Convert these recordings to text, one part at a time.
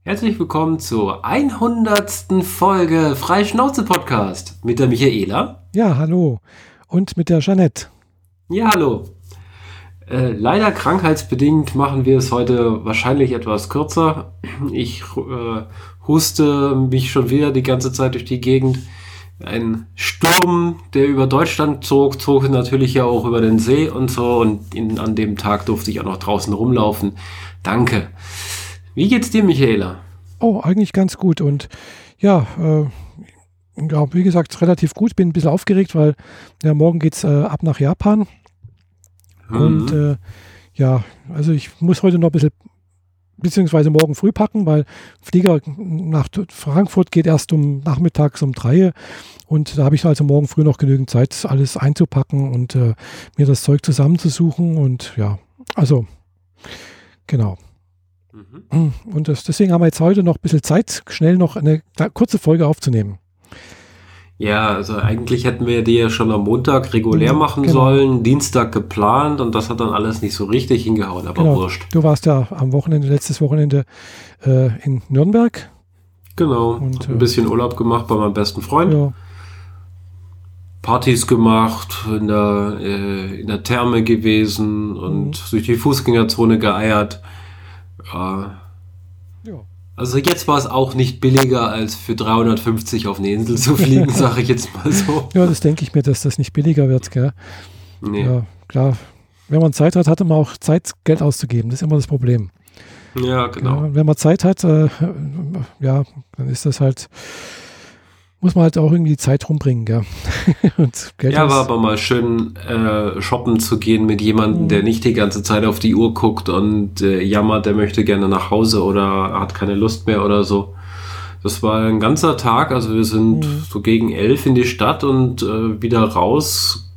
Herzlich willkommen zur 100. Folge Freischnauze-Podcast mit der Michaela. Ja, hallo. Und mit der Jeanette. Ja, hallo. Leider krankheitsbedingt machen wir es heute wahrscheinlich etwas kürzer. Ich huste mich schon wieder die ganze Zeit durch die Gegend. Ein Sturm, der über Deutschland zog natürlich ja auch über den See und so. Und an dem Tag durfte ich auch noch draußen rumlaufen. Danke. Wie geht's dir, Michaela? Oh, eigentlich ganz gut. Und ja, wie gesagt, relativ gut. Bin ein bisschen aufgeregt, weil ja, morgen geht's ab nach Japan. Und ja, also ich muss heute noch ein bisschen, beziehungsweise morgen früh packen, weil Flieger nach Frankfurt geht erst nachmittags um 3 und da habe ich also morgen früh noch genügend Zeit, alles einzupacken und mir das Zeug zusammenzusuchen und ja, also genau. Und deswegen haben wir jetzt heute noch ein bisschen Zeit, schnell noch eine kurze Folge aufzunehmen. Ja, also eigentlich hätten wir die ja schon am Montag regulär machen sollen, Dienstag geplant und das hat dann alles nicht so richtig hingehauen, aber wurscht. Du warst ja am Wochenende, letztes Wochenende in Nürnberg. Genau, und ein bisschen Urlaub gemacht bei meinem besten Freund. Ja. Partys gemacht, in der Therme gewesen und durch die Fußgängerzone geeiert. Ja. Also jetzt war es auch nicht billiger, als für 350 auf eine Insel zu fliegen, sage ich jetzt mal so. Ja, das denke ich mir, dass das nicht billiger wird, gell? Nee. Ja, klar. Wenn man Zeit hat, hat man auch Zeit, Geld auszugeben. Das ist immer das Problem. Ja, genau. Ja, wenn man Zeit hat, ja, dann ist das halt, muss man halt auch irgendwie die Zeit rumbringen, gell? Und Geld war aber mal schön shoppen zu gehen mit jemandem, der nicht die ganze Zeit auf die Uhr guckt und jammert, der möchte gerne nach Hause oder hat keine Lust mehr oder so. Das war ein ganzer Tag, also wir sind so gegen 11 in die Stadt und wieder raus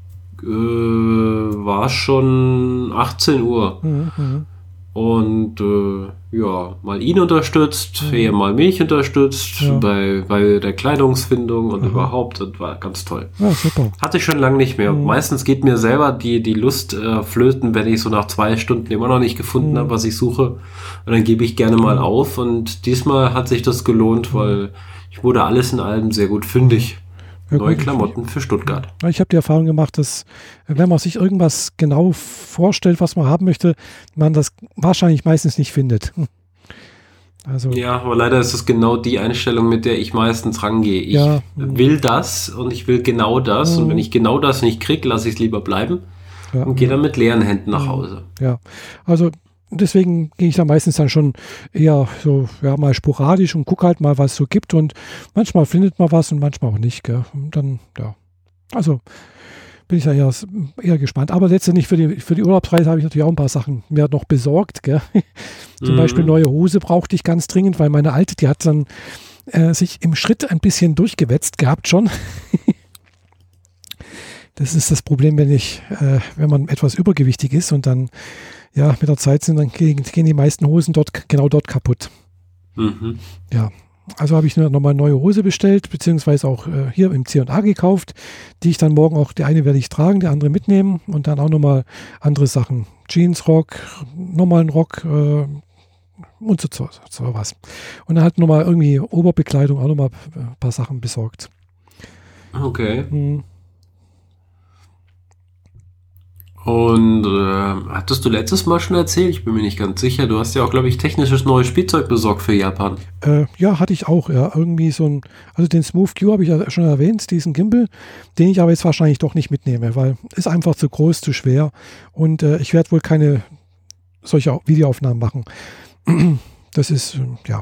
war schon 18 Uhr. Und mal ihn unterstützt, eher mal mich unterstützt bei der Kleidungsfindung und überhaupt. Und war ganz toll. Ja, super. Hatte ich schon lange nicht mehr. Meistens geht mir selber die Lust flöten, wenn ich so nach 2 Stunden immer noch nicht gefunden habe, was ich suche. Und dann gebe ich gerne mal auf. Und diesmal hat sich das gelohnt, weil ich wurde alles in allem sehr gut fündig. Ja, neue Klamotten für Stuttgart. Ich habe die Erfahrung gemacht, dass wenn man sich irgendwas genau vorstellt, was man haben möchte, man das wahrscheinlich meistens nicht findet. Also, ja, aber leider ist es genau die Einstellung, mit der ich meistens rangehe. Ich will das und ich will genau das und wenn ich genau das nicht kriege, lasse ich es lieber bleiben und gehe dann mit leeren Händen nach Hause. Ja, also deswegen gehe ich da meistens dann schon eher so, mal sporadisch und gucke halt mal, was es so gibt und manchmal findet man was und manchmal auch nicht, gell. Und dann, also bin ich da eher gespannt. Aber letztendlich für die Urlaubsreise habe ich natürlich auch ein paar Sachen mir noch besorgt, gell. Zum Beispiel neue Hose brauchte ich ganz dringend, weil meine alte, die hat dann sich im Schritt ein bisschen durchgewetzt gehabt schon. Das ist das Problem, wenn man etwas übergewichtig ist und dann mit der Zeit dann gehen die meisten Hosen genau dort kaputt. Ja, also habe ich nochmal eine neue Hose bestellt, beziehungsweise auch hier im C&A gekauft, die ich dann morgen auch, die eine werde ich tragen, die andere mitnehmen und dann auch nochmal andere Sachen. Jeansrock, normalen Rock und so was. Und dann halt nochmal irgendwie Oberbekleidung, auch nochmal ein paar Sachen besorgt. Okay. Und hattest du letztes Mal schon erzählt? Ich bin mir nicht ganz sicher. Du hast ja auch, glaube ich, technisches neues Spielzeug besorgt für Japan. Ja, hatte ich auch. Ja, irgendwie also den Smooth Q habe ich ja schon erwähnt, diesen Gimbal, den ich aber jetzt wahrscheinlich doch nicht mitnehme, weil ist einfach zu groß, zu schwer und ich werde wohl keine solche Videoaufnahmen machen. Das ist,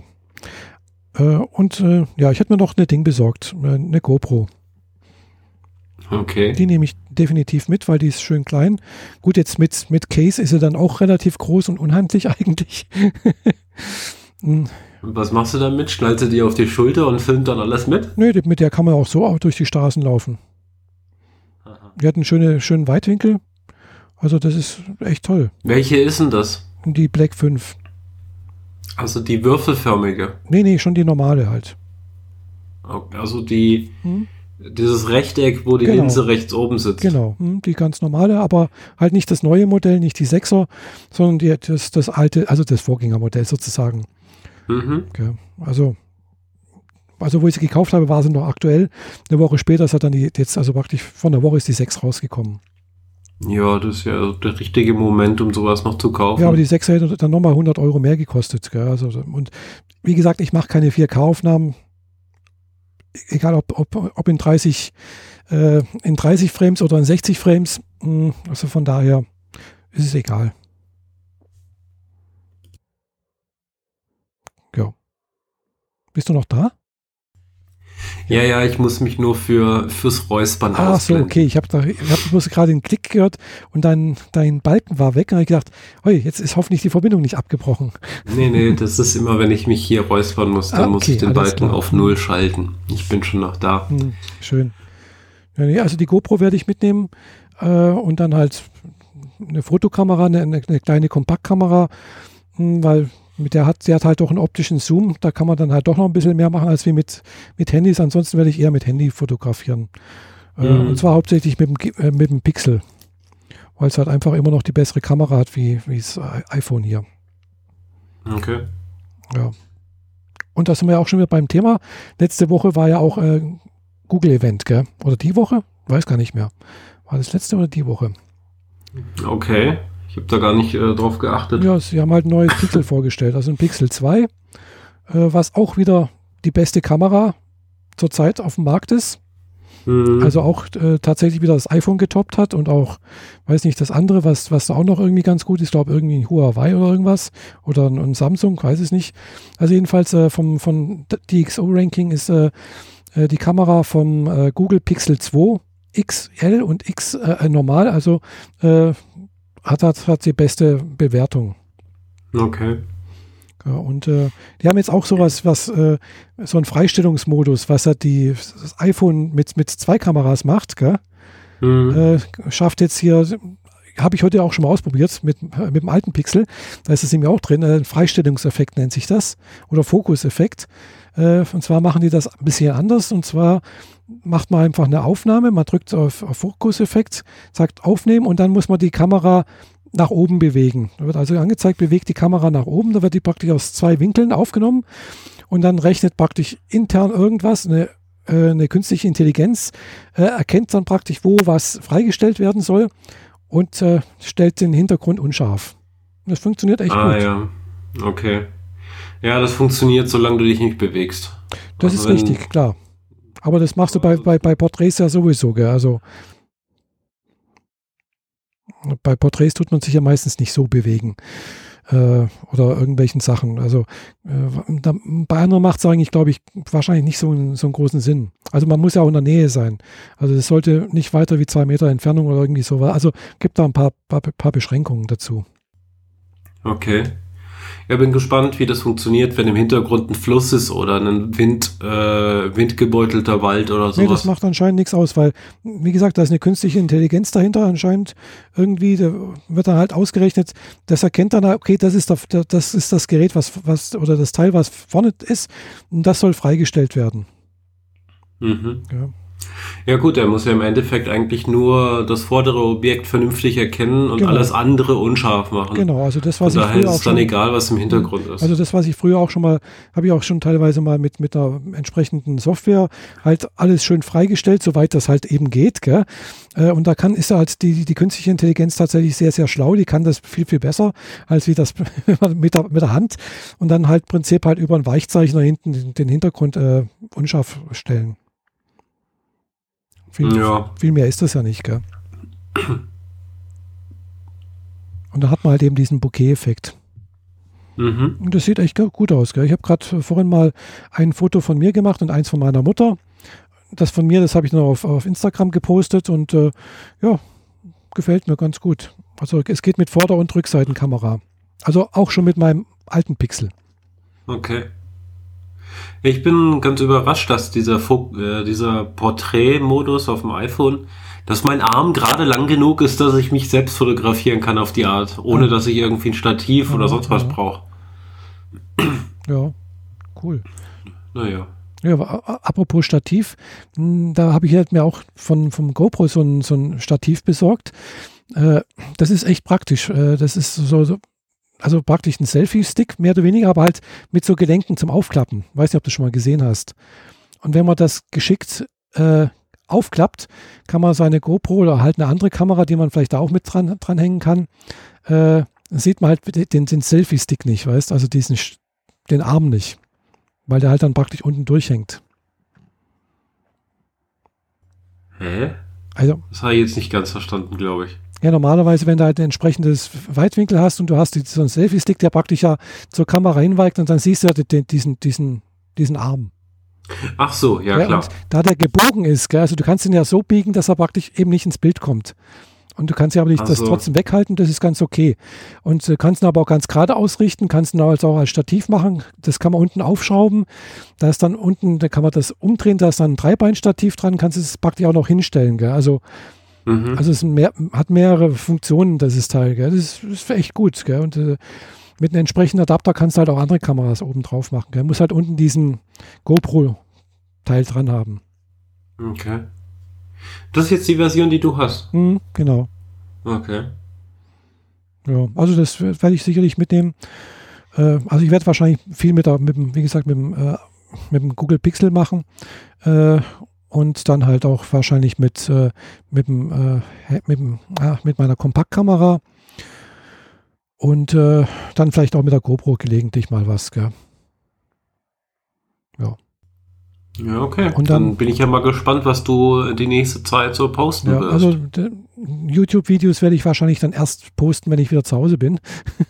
und ich hätte mir noch ein Ding besorgt, eine GoPro. Okay. Die nehme ich definitiv mit, weil die ist schön klein. Gut, jetzt mit Case ist sie dann auch relativ groß und unhandlich eigentlich. Und was machst du damit? Schnallst du die auf die Schulter und filmt dann alles mit? Nö, mit der kann man auch so durch die Straßen laufen. Aha. Die hat einen schönen Weitwinkel. Also das ist echt toll. Welche ist denn das? Die Black 5. Also die würfelförmige? Nee, schon die normale halt. Okay, also dieses Rechteck, wo die Linse rechts oben sitzt. Genau, die ganz normale, aber halt nicht das neue Modell, nicht die 6er, sondern das alte, also das Vorgängermodell sozusagen. Mhm. Okay. Also wo ich sie gekauft habe, war sie noch aktuell. Eine Woche später ist dann jetzt also praktisch von der Woche ist die 6 rausgekommen. Ja, das ist ja der richtige Moment, um sowas noch zu kaufen. Ja, aber die 6 hätte dann nochmal 100 Euro mehr gekostet. Gell? Also, und wie gesagt, ich mache keine 4K-Aufnahmen. Egal ob in 30 Frames oder in 60 Frames. Also von daher ist es egal. Ja. Bist du noch da? Ja, ich muss mich nur fürs Räuspern Ah, so, ausblenden. okay. Ich habe bloß gerade den Klick gehört und dein Balken war weg. Und habe gedacht, hey, jetzt ist hoffentlich die Verbindung nicht abgebrochen. Nee, das ist immer, wenn ich mich hier räuspern muss, dann muss ich den alles Balken klar. auf 0 schalten. Ich bin schon noch da. Schön. Ja, nee, also die GoPro werde ich mitnehmen und dann halt eine Fotokamera, eine kleine Kompaktkamera, weil der hat halt doch einen optischen Zoom. Da kann man dann halt doch noch ein bisschen mehr machen als wie mit Handys. Ansonsten werde ich eher mit Handy fotografieren. Und zwar hauptsächlich mit dem Pixel, weil es halt einfach immer noch die bessere Kamera hat wie das iPhone hier. Okay. Ja. Und da sind wir ja auch schon wieder beim Thema. Letzte Woche war ja auch Google-Event, gell? Oder die Woche? Weiß gar nicht mehr. War das letzte oder die Woche? Okay. Ich habe da gar nicht drauf geachtet. Ja, sie haben halt ein neues Pixel vorgestellt. Also ein Pixel 2, was auch wieder die beste Kamera zurzeit auf dem Markt ist. Also auch tatsächlich wieder das iPhone getoppt hat und auch, weiß nicht, das andere, was da auch noch irgendwie ganz gut ist, glaube irgendwie ein Huawei oder irgendwas oder ein Samsung, weiß es nicht. Also jedenfalls von DxO-Ranking ist die Kamera vom Google Pixel 2 XL und X normal, also hat die beste Bewertung. Okay. Ja, und die haben jetzt auch sowas, so ein Freistellungsmodus, was halt das iPhone mit 2 Kameras macht, gell? Schafft jetzt hier, habe ich heute auch schon mal ausprobiert mit dem alten Pixel, da ist es eben auch drin, ein Freistellungseffekt nennt sich das oder Fokuseffekt. Und zwar machen die das ein bisschen anders, und zwar macht man einfach eine Aufnahme, man drückt auf Fokuseffekt, sagt aufnehmen und dann muss man die Kamera nach oben bewegen. Da wird also angezeigt, bewegt die Kamera nach oben, da wird die praktisch aus 2 Winkeln aufgenommen und dann rechnet praktisch intern irgendwas, eine künstliche Intelligenz, erkennt dann praktisch, wo was freigestellt werden soll und stellt den Hintergrund unscharf. Das funktioniert echt gut. Ja, okay. Ja, das funktioniert, solange du dich nicht bewegst. Das ist richtig, klar. Aber das machst du bei Porträts ja sowieso, gell? Also bei Porträts tut man sich ja meistens nicht so bewegen oder irgendwelchen Sachen. Also bei anderen macht es eigentlich, glaube ich, wahrscheinlich nicht so einen großen Sinn. Also man muss ja auch in der Nähe sein. Also es sollte nicht weiter wie 2 Meter Entfernung oder irgendwie so. Also gibt da ein paar Beschränkungen dazu. Okay. Ja, bin gespannt, wie das funktioniert, wenn im Hintergrund ein Fluss ist oder ein windgebeutelter Wald oder sowas. Nee, das macht anscheinend nichts aus, weil, wie gesagt, da ist eine künstliche Intelligenz dahinter anscheinend. Irgendwie wird dann halt ausgerechnet, das erkennt dann, okay, das ist das Gerät, was oder das Teil, was vorne ist, und das soll freigestellt werden. Ja. Ja gut, er muss ja im Endeffekt eigentlich nur das vordere Objekt vernünftig erkennen und Genau. alles andere unscharf machen. Genau, also das, was und ich daher früher ist auch es dann schon, egal, was im Hintergrund ist. Also das, was ich früher auch schon mal, habe ich auch schon teilweise mal mit einer entsprechenden Software halt alles schön freigestellt, soweit das halt eben geht, gell? Und da ist halt die künstliche Intelligenz tatsächlich sehr, sehr schlau, die kann das viel, viel besser, als wie das mit der Hand, und dann halt im Prinzip halt über ein Weichzeichner hinten den Hintergrund unscharf stellen. Viel mehr ist das ja nicht, gell? Und da hat man halt eben diesen Bokeh-Effekt. Und das sieht echt gut aus, gell? Ich habe gerade vorhin mal ein Foto von mir gemacht und eins von meiner Mutter. Das von mir, das habe ich noch auf Instagram gepostet und ja, gefällt mir ganz gut. Also es geht mit Vorder- und Rückseitenkamera. Also auch schon mit meinem alten Pixel. Okay. Ich bin ganz überrascht, dass dieser Porträtmodus auf dem iPhone, dass mein Arm gerade lang genug ist, dass ich mich selbst fotografieren kann auf die Art, ohne dass ich irgendwie ein Stativ oder sonst was brauche. Ja, cool. Naja. Ja, apropos Stativ, da habe ich halt mir auch vom GoPro so ein Stativ besorgt. Das ist echt praktisch. Das ist so also praktisch ein Selfie-Stick, mehr oder weniger, aber halt mit so Gelenken zum Aufklappen. Weiß nicht, ob du schon mal gesehen hast. Und wenn man das geschickt aufklappt, kann man seine GoPro oder halt eine andere Kamera, die man vielleicht da auch mit dranhängen kann, sieht man halt den Selfie-Stick nicht, weißt, also den Arm nicht, weil der halt dann praktisch unten durchhängt. Hä? Also, das habe ich jetzt nicht ganz verstanden, glaube ich. Ja, normalerweise, wenn du halt ein entsprechendes Weitwinkel hast und du hast so einen Selfie-Stick, der praktisch ja zur Kamera hinweigt und dann siehst du ja diesen Arm. Ach so, ja, klar. Und da der gebogen ist, gell, also du kannst ihn ja so biegen, dass er praktisch eben nicht ins Bild kommt. Und du kannst ja aber nicht das trotzdem weghalten, das ist ganz okay. Und du kannst ihn aber auch ganz gerade ausrichten, kannst ihn auch als Stativ machen, das kann man unten aufschrauben, da ist dann unten, da kann man das umdrehen, da ist dann ein Dreibeinstativ dran, kannst es praktisch auch noch hinstellen, gell, also es hat mehrere Funktionen, das Teil, gell, das ist echt gut, gell, und mit einem entsprechenden Adapter kannst du halt auch andere Kameras oben drauf machen, gell, muss halt unten diesen GoPro-Teil dran haben. Okay. Das ist jetzt die Version, die du hast? Genau. Okay. Ja, also das werde ich sicherlich mitnehmen. Also ich werde wahrscheinlich viel mit dem Google Pixel machen und dann halt auch wahrscheinlich mit meiner Kompaktkamera und dann vielleicht auch mit der GoPro gelegentlich mal was, gell? Ja. Ja, okay. Und dann bin ich ja mal gespannt, was du die nächste Zeit so posten wirst. Also YouTube-Videos werde ich wahrscheinlich dann erst posten, wenn ich wieder zu Hause bin.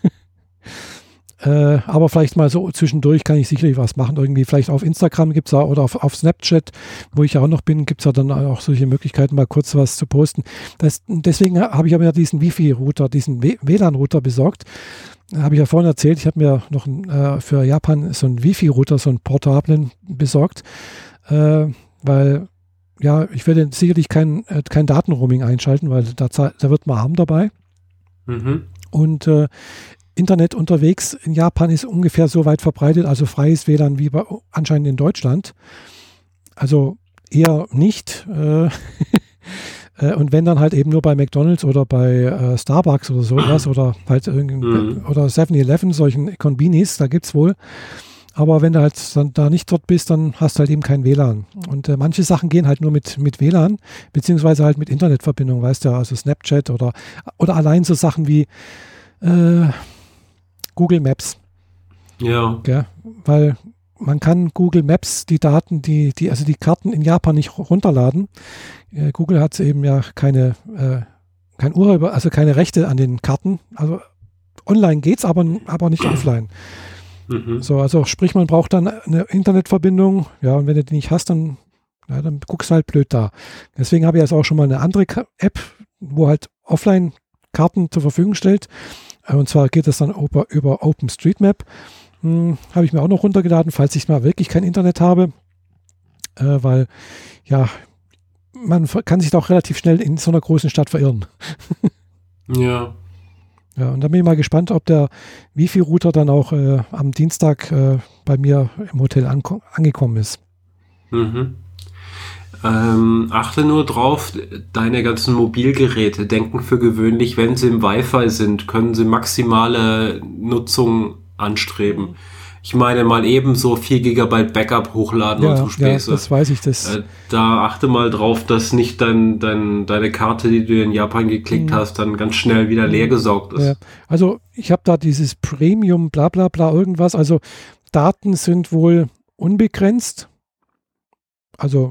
Aber vielleicht mal so zwischendurch kann ich sicherlich was machen. Irgendwie vielleicht auf Instagram gibt es oder auf Snapchat, wo ich ja auch noch bin, gibt es ja dann auch solche Möglichkeiten, mal kurz was zu posten. Deswegen habe ich aber ja diesen Wi-Fi-Router, diesen WLAN-Router besorgt. Habe ich ja vorhin erzählt, ich habe mir noch für Japan so einen Wi-Fi-Router, so einen portablen besorgt, weil ja, ich werde sicherlich kein Datenroaming einschalten, weil da wird man arm dabei. Und Internet unterwegs in Japan ist ungefähr so weit verbreitet, also freies WLAN wie anscheinend in Deutschland. Also eher nicht. Und wenn dann halt eben nur bei McDonald's oder bei Starbucks oder sowas oder halt oder 7-Eleven, solchen Konbinis, da gibt es wohl. Aber wenn du halt dann da nicht dort bist, dann hast du halt eben kein WLAN. Und manche Sachen gehen halt nur mit WLAN, beziehungsweise halt mit Internetverbindung, weißt du, also Snapchat oder allein so Sachen wie Google Maps. Ja. Gell? Weil man kann Google Maps, die Daten, die Karten in Japan nicht runterladen. Google hat eben ja kein Urheber, also keine Rechte an den Karten. Also online geht's, aber nicht offline. So, also sprich, man braucht dann eine Internetverbindung, ja, und wenn du die nicht hast, dann guckst du halt blöd da. Deswegen habe ich jetzt auch schon mal eine andere App, wo halt Offline-Karten zur Verfügung stellt. Und zwar geht das dann über OpenStreetMap. Habe ich mir auch noch runtergeladen, falls ich mal wirklich kein Internet habe, weil ja, man kann sich da auch relativ schnell in so einer großen Stadt verirren. Ja. Ja, und da bin ich mal gespannt, ob der Wi-Fi-Router dann auch am Dienstag bei mir im Hotel angekommen ist. Achte nur drauf, deine ganzen Mobilgeräte denken für gewöhnlich, wenn sie im Wi-Fi sind, können sie maximale Nutzung anstreben. Ich meine, mal eben so 4 GB Backup hochladen und so Späße. Ja, das weiß ich. Da achte mal drauf, dass nicht deine Karte, die du in Japan geklickt hast, dann ganz schnell wieder leer gesaugt ist. Ja. Also ich habe da dieses Premium bla bla bla irgendwas. Also Daten sind wohl unbegrenzt. Also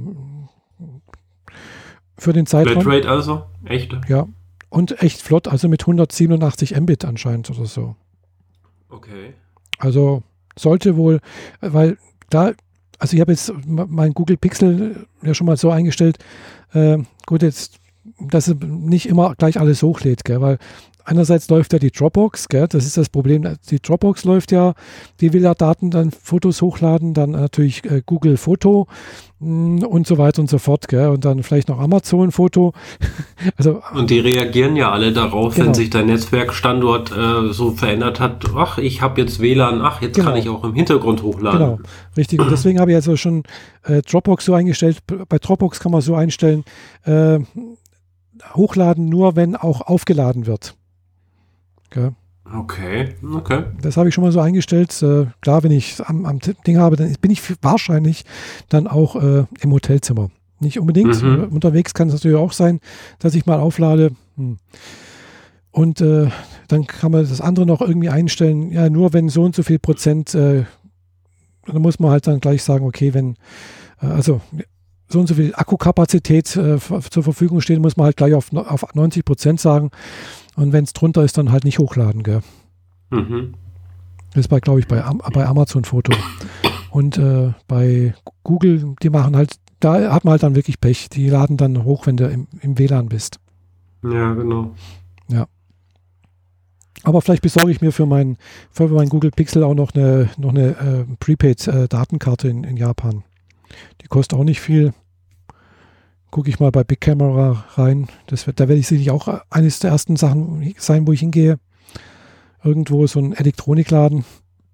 für den Zeitraum. Flatrate also? Echt? Ja. Und echt flott, also mit 187 Mbit anscheinend oder so. Okay. Also sollte wohl, weil also ich habe jetzt mein Google Pixel ja schon mal so eingestellt, gut, jetzt, dass es nicht immer gleich alles hochlädt, gell, weil einerseits läuft ja die Dropbox, gell, das ist das Problem, die Dropbox läuft ja, die will ja Daten, dann Fotos hochladen, dann natürlich Google Foto und so weiter und so fort, gell, und dann vielleicht noch Amazon Foto. Also, und die reagieren ja alle darauf, wenn sich dein Netzwerkstandort so verändert hat, ach, ich habe jetzt WLAN, ach, jetzt kann ich auch im Hintergrund hochladen. Genau, richtig. Und deswegen habe ich also schon Dropbox so eingestellt, bei Dropbox kann man so einstellen, hochladen nur, wenn auch aufgeladen wird. Okay. Okay. Das habe ich schon mal so eingestellt. Klar, wenn ich am Ding habe, dann bin ich wahrscheinlich dann auch im Hotelzimmer. Nicht unbedingt. Unterwegs kann es natürlich auch sein, dass ich mal auflade. Und dann kann man das andere noch irgendwie einstellen. Ja, nur wenn so und so viel Prozent, dann muss man halt dann gleich sagen, okay, wenn also so und so viel Akkukapazität zur Verfügung steht, muss man halt gleich auf 90% sagen. Und wenn es drunter ist, dann halt nicht hochladen, gell? Das ist glaube ich, bei Amazon Foto. Und bei Google, die machen halt, da hat man halt dann wirklich Pech. Die laden dann hoch, wenn du im WLAN bist. Ja, genau. Ja. Aber vielleicht besorge ich mir für mein Google Pixel auch noch eine Prepaid-Datenkarte in Japan. Die kostet auch nicht viel. Gucke ich mal bei Big Camera rein. Da werde ich sicherlich auch eines der ersten Sachen sein, wo ich hingehe. Irgendwo so ein Elektronikladen.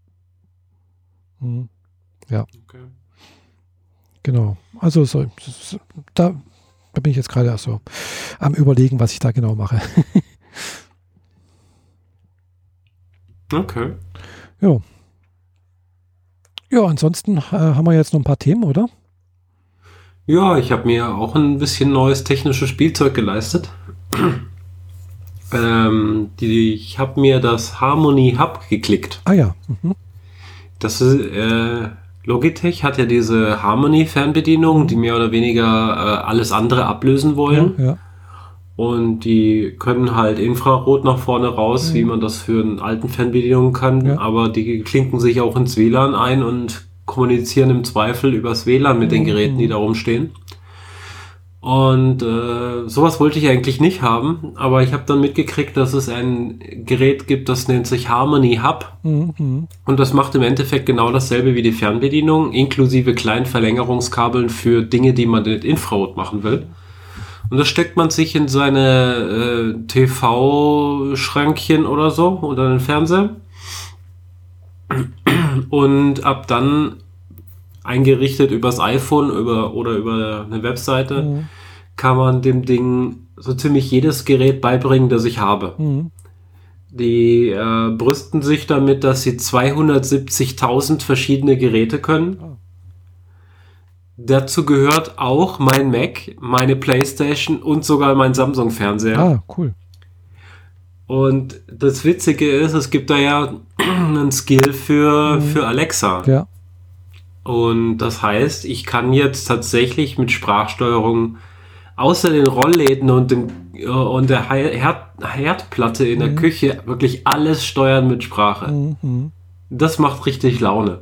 Ja. Okay. Genau. Also da bin ich jetzt gerade so am Überlegen, was ich da genau mache. Okay. Ja. Ja, ansonsten haben wir jetzt noch ein paar Themen, oder? Ja, ich habe mir auch ein bisschen neues technisches Spielzeug geleistet. Ich habe mir das Harmony Hub geklickt. Ah ja. Das ist, Logitech hat ja diese Harmony-Fernbedienung, die mehr oder weniger alles andere ablösen wollen. Ja. Und die können halt Infrarot nach vorne raus, wie man das für einen alten Fernbedienungen kann. Ja. Aber die klinken sich auch ins WLAN ein und kommunizieren im Zweifel übers WLAN mit den Geräten, die da rumstehen. Und sowas wollte ich eigentlich nicht haben, aber ich habe dann mitgekriegt, dass es ein Gerät gibt, das nennt sich Harmony Hub. Und das macht im Endeffekt genau dasselbe wie die Fernbedienung, inklusive kleinen Verlängerungskabeln für Dinge, die man mit Infrarot machen will. Und das steckt man sich in seine TV-Schränkchen oder so oder den Fernseher. Und ab dann eingerichtet übers iPhone oder über eine Webseite kann man dem Ding so ziemlich jedes Gerät beibringen, das ich habe. Die brüsten sich damit, dass sie 270.000 verschiedene Geräte können. Dazu gehört auch mein Mac, meine PlayStation und sogar mein Samsung-Fernseher. Ah, cool. Und das Witzige ist, es gibt da ja einen Skill für Alexa. Ja. Und das heißt, ich kann jetzt tatsächlich mit Sprachsteuerung außer den Rollläden und der Herdplatte in der Küche wirklich alles steuern mit Sprache. Das macht richtig Laune.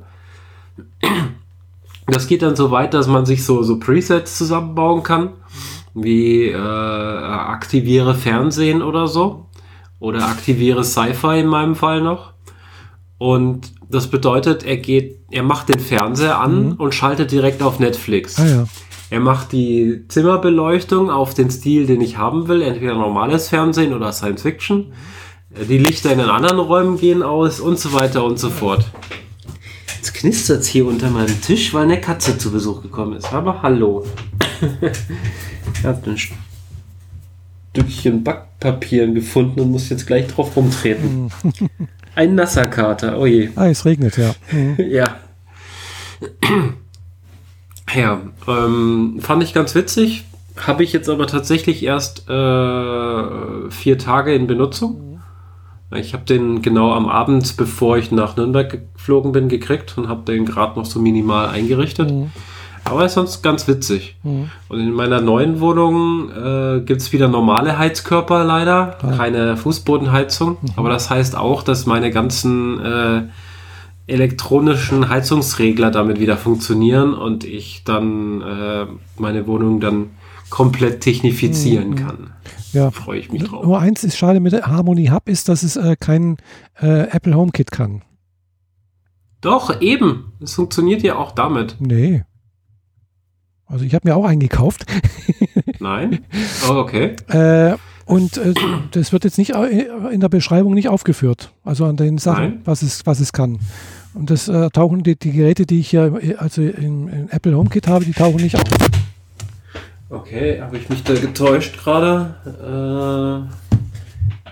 Das geht dann so weit, dass man sich so Presets zusammenbauen kann, wie aktiviere Fernsehen oder so. Oder aktiviere Sci-Fi in meinem Fall noch. Und das bedeutet, er macht den Fernseher an und schaltet direkt auf Netflix. Ah, ja. Er macht die Zimmerbeleuchtung auf den Stil, den ich haben will, entweder normales Fernsehen oder Science Fiction. Die Lichter in den anderen Räumen gehen aus und so weiter und so fort. Jetzt knistert es hier unter meinem Tisch, weil eine Katze zu Besuch gekommen ist. Aber hallo. Ich habe ein Stückchen Backpapier gefunden und muss jetzt gleich drauf rumtreten. Ein nasser Kater, oh je. Ah, es regnet, ja. Ja. Ja, fand ich ganz witzig. Habe ich jetzt aber tatsächlich erst 4 Tage in Benutzung. Ich habe den genau am Abend, bevor ich nach Nürnberg geflogen bin, gekriegt und habe den gerade noch so minimal eingerichtet. Aber ist sonst ganz witzig. Und in meiner neuen Wohnung gibt es wieder normale Heizkörper leider, keine Fußbodenheizung. Aber das heißt auch, dass meine ganzen elektronischen Heizungsregler damit wieder funktionieren und ich dann meine Wohnung dann komplett technifizieren kann. Ja. Freue ich mich drauf. Nur eins ist schade mit der Harmony Hub, ist, dass es kein Apple HomeKit kann. Doch, eben. Es funktioniert ja auch damit. Nee. Also ich habe mir auch einen gekauft. Nein? Oh, okay. Und das wird jetzt nicht in der Beschreibung nicht aufgeführt. Also an den Sachen, was es kann. Und das tauchen die Geräte, die ich hier also in Apple HomeKit habe, die tauchen nicht auf. Okay, habe ich mich da getäuscht gerade?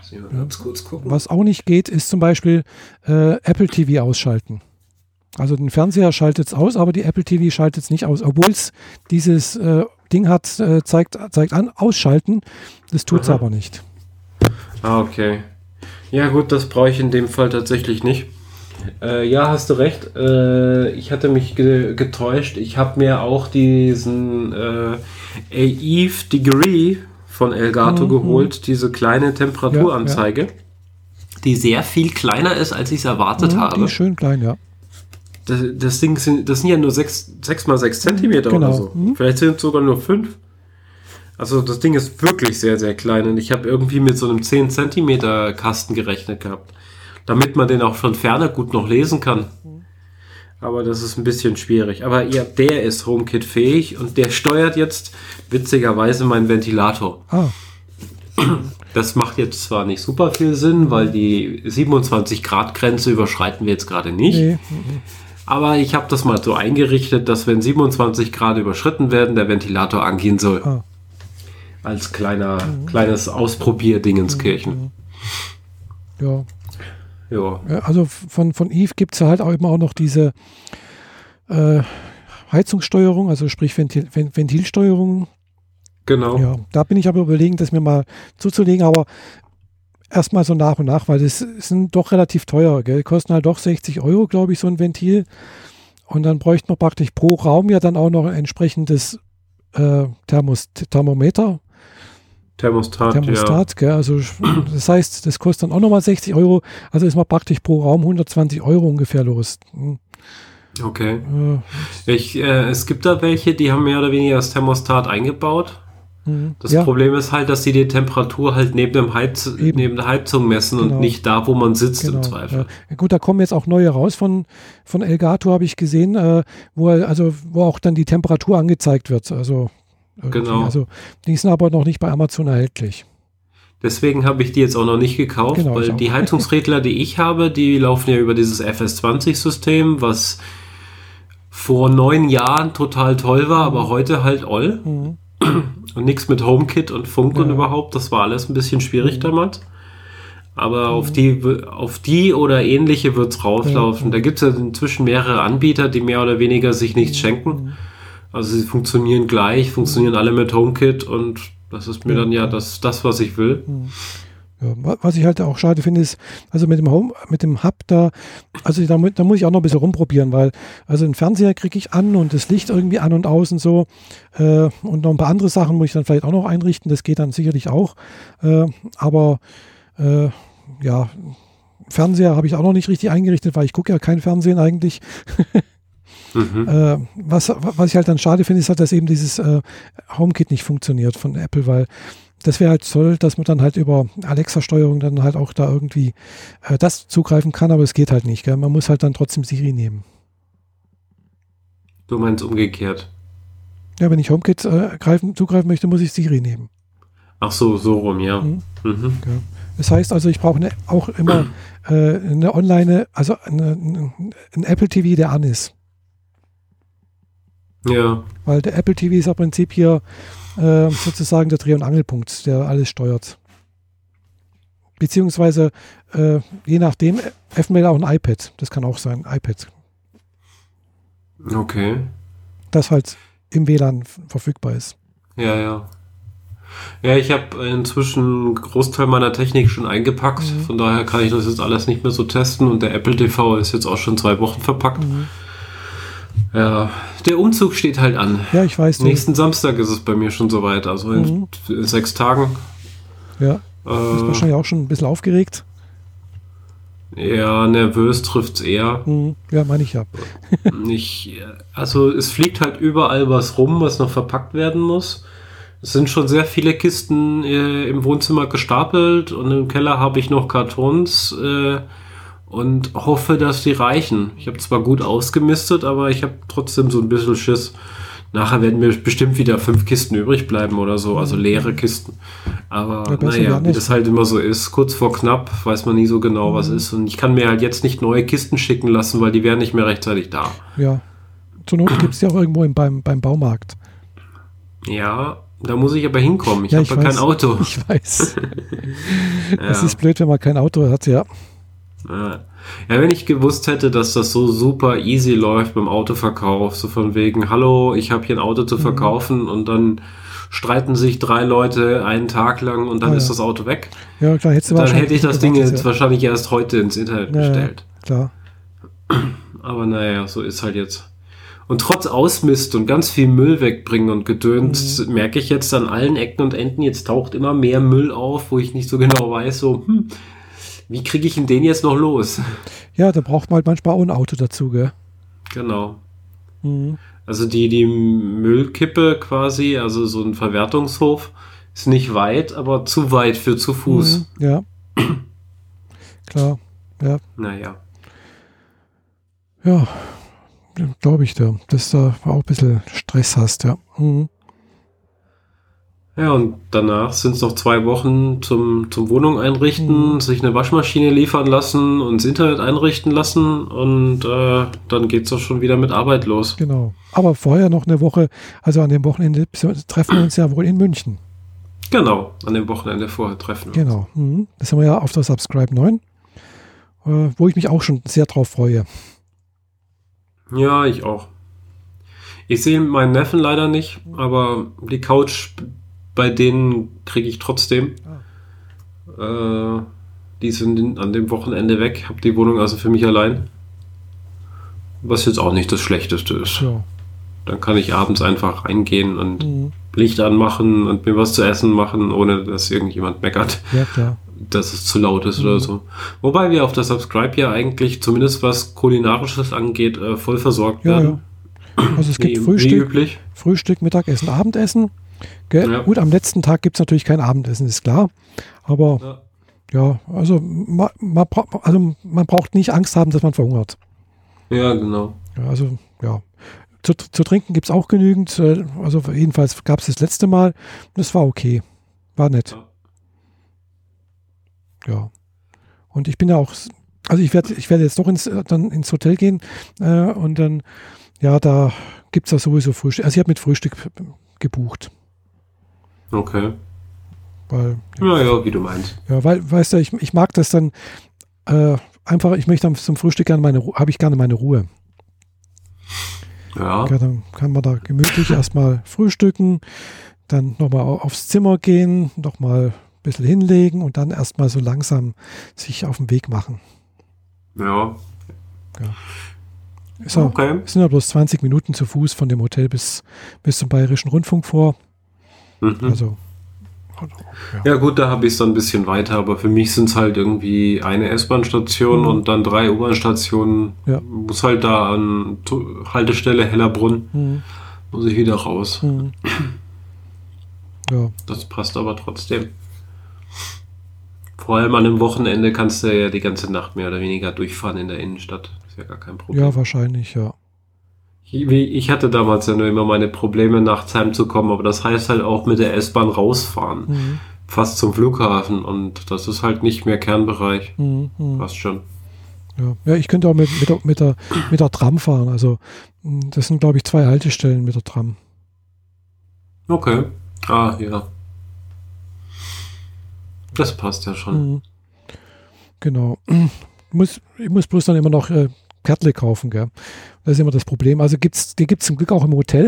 Muss ich mal ganz kurz gucken. Was auch nicht geht, ist zum Beispiel Apple TV ausschalten. Also den Fernseher schaltet es aus, aber die Apple TV schaltet es nicht aus, obwohl es dieses Ding hat, zeigt an, ausschalten, das tut es aber nicht. Ah, okay. Ja gut, das brauche ich in dem Fall tatsächlich nicht. Ja, hast du recht. Ich hatte mich getäuscht. Ich habe mir auch diesen AEVE Degree von Elgato geholt, diese kleine Temperaturanzeige, die sehr viel kleiner ist, als ich es erwartet habe. Die ist schön klein, ja. Das Ding sind ja nur 6 mal 6 Zentimeter oder so. Vielleicht sind es sogar nur 5. Also das Ding ist wirklich sehr, sehr klein und ich habe irgendwie mit so einem 10 Zentimeter Kasten gerechnet gehabt, damit man den auch von Ferne gut noch lesen kann. Aber das ist ein bisschen schwierig. Aber ja, der ist HomeKit-fähig und der steuert jetzt witzigerweise meinen Ventilator. Das macht jetzt zwar nicht super viel Sinn, weil die 27-Grad-Grenze überschreiten wir jetzt gerade nicht. Nee. Aber ich habe das mal so eingerichtet, dass wenn 27 Grad überschritten werden, der Ventilator angehen soll. Als kleines Ausprobier-Dingenskirchen. Ja. Also von Eve gibt es halt auch immer auch noch diese Heizungssteuerung, also sprich Ventilsteuerung. Genau. Ja, da bin ich aber überlegen, das mir mal zuzulegen, aber erstmal so nach und nach, weil das sind doch relativ teuer, gell? Kosten halt doch 60 €, glaube ich, so ein Ventil. Und dann bräuchte man praktisch pro Raum ja dann auch noch ein entsprechendes Thermometer. Thermostat, gell? Also das heißt, das kostet dann auch nochmal 60 €. Also ist man praktisch pro Raum 120 € ungefähr los. Okay. Es gibt da welche, die haben mehr oder weniger das Thermostat eingebaut. Das Problem ist halt, dass sie die Temperatur halt neben der Heizung messen und nicht da, wo man sitzt im Zweifel. Ja. Gut, da kommen jetzt auch neue raus von Elgato, habe ich gesehen, wo auch dann die Temperatur angezeigt wird. Also die sind aber noch nicht bei Amazon erhältlich. Deswegen habe ich die jetzt auch noch nicht gekauft, weil die Heizungsregler, die ich habe, die laufen ja über dieses FS20-System, was vor 9 Jahren total toll war, aber heute halt oll. Und nichts mit HomeKit und Funk und überhaupt. Das war alles ein bisschen schwierig damals. Aber auf die oder ähnliche wird es rauslaufen. Da gibt es ja inzwischen mehrere Anbieter, die mehr oder weniger sich nichts schenken. Also sie funktionieren gleich, funktionieren alle mit HomeKit und das ist mir dann das, was ich will. Ja, was ich halt auch schade finde, ist, also mit dem Hub da, also da muss ich auch noch ein bisschen rumprobieren, weil also den Fernseher kriege ich an und das Licht irgendwie an und aus und so und noch ein paar andere Sachen muss ich dann vielleicht auch noch einrichten, das geht dann sicherlich auch, aber Fernseher habe ich auch noch nicht richtig eingerichtet, weil ich gucke ja kein Fernsehen eigentlich. Was ich halt dann schade finde, ist halt, dass eben dieses HomeKit nicht funktioniert von Apple, weil das wäre halt toll, dass man dann halt über Alexa-Steuerung dann halt auch da irgendwie das zugreifen kann, aber es geht halt nicht. Gell? Man muss halt dann trotzdem Siri nehmen. Du meinst umgekehrt? Ja, wenn ich HomeKit zugreifen möchte, muss ich Siri nehmen. Ach so rum, ja. Ja. Das heißt also, ich brauche auch immer eine Online, also ein Apple TV, der an ist. Ja. Weil der Apple TV ist im Prinzip hier sozusagen der Dreh- und Angelpunkt, der alles steuert. Beziehungsweise je nachdem, eventuell auch ein iPad. Das kann auch sein, iPad. Okay. Das halt im WLAN verfügbar ist. Ja, ich habe inzwischen einen Großteil meiner Technik schon eingepackt. Von daher kann ich das jetzt alles nicht mehr so testen. Und der Apple TV ist jetzt auch schon 2 Wochen verpackt. Ja, der Umzug steht halt an. Ja, ich weiß. Nächsten Samstag ist es bei mir schon soweit, also in 6 Tagen. Ja, du bist wahrscheinlich auch schon ein bisschen aufgeregt. Ja, nervös trifft's eher. Ja, meine ich ja. Also es fliegt halt überall was rum, was noch verpackt werden muss. Es sind schon sehr viele Kisten im Wohnzimmer gestapelt und im Keller habe ich noch Kartons und hoffe, dass die reichen. Ich habe zwar gut ausgemistet, aber ich habe trotzdem so ein bisschen Schiss. Nachher werden mir bestimmt wieder 5 Kisten übrig bleiben oder so, also leere Kisten. Aber wie das halt immer so ist, kurz vor knapp, weiß man nie so genau, was ist. Und ich kann mir halt jetzt nicht neue Kisten schicken lassen, weil die wären nicht mehr rechtzeitig da. Ja, zur Not gibt es ja auch irgendwo beim Baumarkt. Ja, Da muss ich aber hinkommen. Ich habe ja kein Auto. Ich weiß. Das ist blöd, wenn man kein Auto hat, ja. Ja, wenn ich gewusst hätte, dass das so super easy läuft beim Autoverkauf, so von wegen, hallo, ich habe hier ein Auto zu verkaufen und dann streiten sich 3 Leute einen Tag lang und dann ist das Auto weg. Ja, klar, dann hätte ich das Ding jetzt wahrscheinlich erst heute ins Internet bestellt. Klar. Aber naja, so ist halt jetzt. Und trotz Ausmist und ganz viel Müll wegbringen und Gedöns merke ich jetzt an allen Ecken und Enden, jetzt taucht immer mehr Müll auf, wo ich nicht so genau weiß, wie kriege ich denn den jetzt noch los? Ja, da braucht man halt manchmal auch ein Auto dazu, gell? Genau. Also die Müllkippe quasi, also so ein Verwertungshof, ist nicht weit, aber zu weit für zu Fuß. Ja. Klar, ja. Naja. Ja, glaube ich dir, dass du da auch ein bisschen Stress hast, ja. Ja, und danach sind es noch 2 Wochen zum Wohnung einrichten, sich eine Waschmaschine liefern lassen und das Internet einrichten lassen und dann geht's doch schon wieder mit Arbeit los. Genau. Aber vorher noch eine Woche, also an dem Wochenende treffen wir uns ja wohl in München. Genau, an dem Wochenende vorher treffen wir uns. Genau. Das haben wir ja auf der Subscribe 9, wo ich mich auch schon sehr drauf freue. Ja, ich auch. Ich sehe meinen Neffen leider nicht, aber die Couch bei denen kriege ich trotzdem. Die sind an dem Wochenende weg, habe die Wohnung also für mich allein. Was jetzt auch nicht das Schlechteste ist. Ja. Dann kann ich abends einfach reingehen und Licht anmachen und mir was zu essen machen, ohne dass irgendjemand meckert, dass es zu laut ist oder so. Wobei wir auf der Subscribe ja eigentlich, zumindest was Kulinarisches angeht, voll versorgt werden. Ja. Also es gibt Frühstück, Mittagessen, Abendessen. Ja. Gut, am letzten Tag gibt es natürlich kein Abendessen, ist klar. Aber also man braucht nicht Angst haben, dass man verhungert. Ja, genau. Ja, also, ja. Zu trinken gibt es auch genügend. Also jedenfalls gab es das letzte Mal. Das war okay. War nett. Ja. Und ich bin ja auch, also ich werde jetzt doch dann ins Hotel gehen und dann, da gibt es ja sowieso Frühstück. Also ich habe mit Frühstück gebucht. Okay. Weil, wie du meinst. Ja, weil, weißt du, ich mag das dann einfach, ich möchte dann zum Frühstück habe ich gerne meine Ruhe. Ja. Dann kann man da gemütlich erstmal frühstücken, dann nochmal aufs Zimmer gehen, nochmal ein bisschen hinlegen und dann erstmal so langsam sich auf den Weg machen. Ja. Es sind ja bloß 20 Minuten zu Fuß von dem Hotel bis zum Bayerischen Rundfunk vor. Also. Ja gut, da habe ich es dann ein bisschen weiter, aber für mich sind es halt irgendwie eine S-Bahn-Station und dann 3 U-Bahn-Stationen. Ja. Muss halt da an Haltestelle Hellerbrunn, muss ich wieder raus. Ja. Das passt aber trotzdem. Vor allem an einem Wochenende kannst du ja die ganze Nacht mehr oder weniger durchfahren in der Innenstadt. Ist ja gar kein Problem. Ja, wahrscheinlich, ja. Ich hatte damals ja nur immer meine Probleme, nachts heimzukommen, aber das heißt halt auch mit der S-Bahn rausfahren. Fast zum Flughafen und das ist halt nicht mehr Kernbereich. Passt schon. Ja, ich könnte auch mit der Tram fahren. Also das sind, glaube ich, 2 Haltestellen mit der Tram. Okay. Ja. Das passt ja schon. Genau. Ich muss bloß dann immer noch Kärtle kaufen, gell? Das ist immer das Problem. Also die gibt's zum Glück auch im Hotel.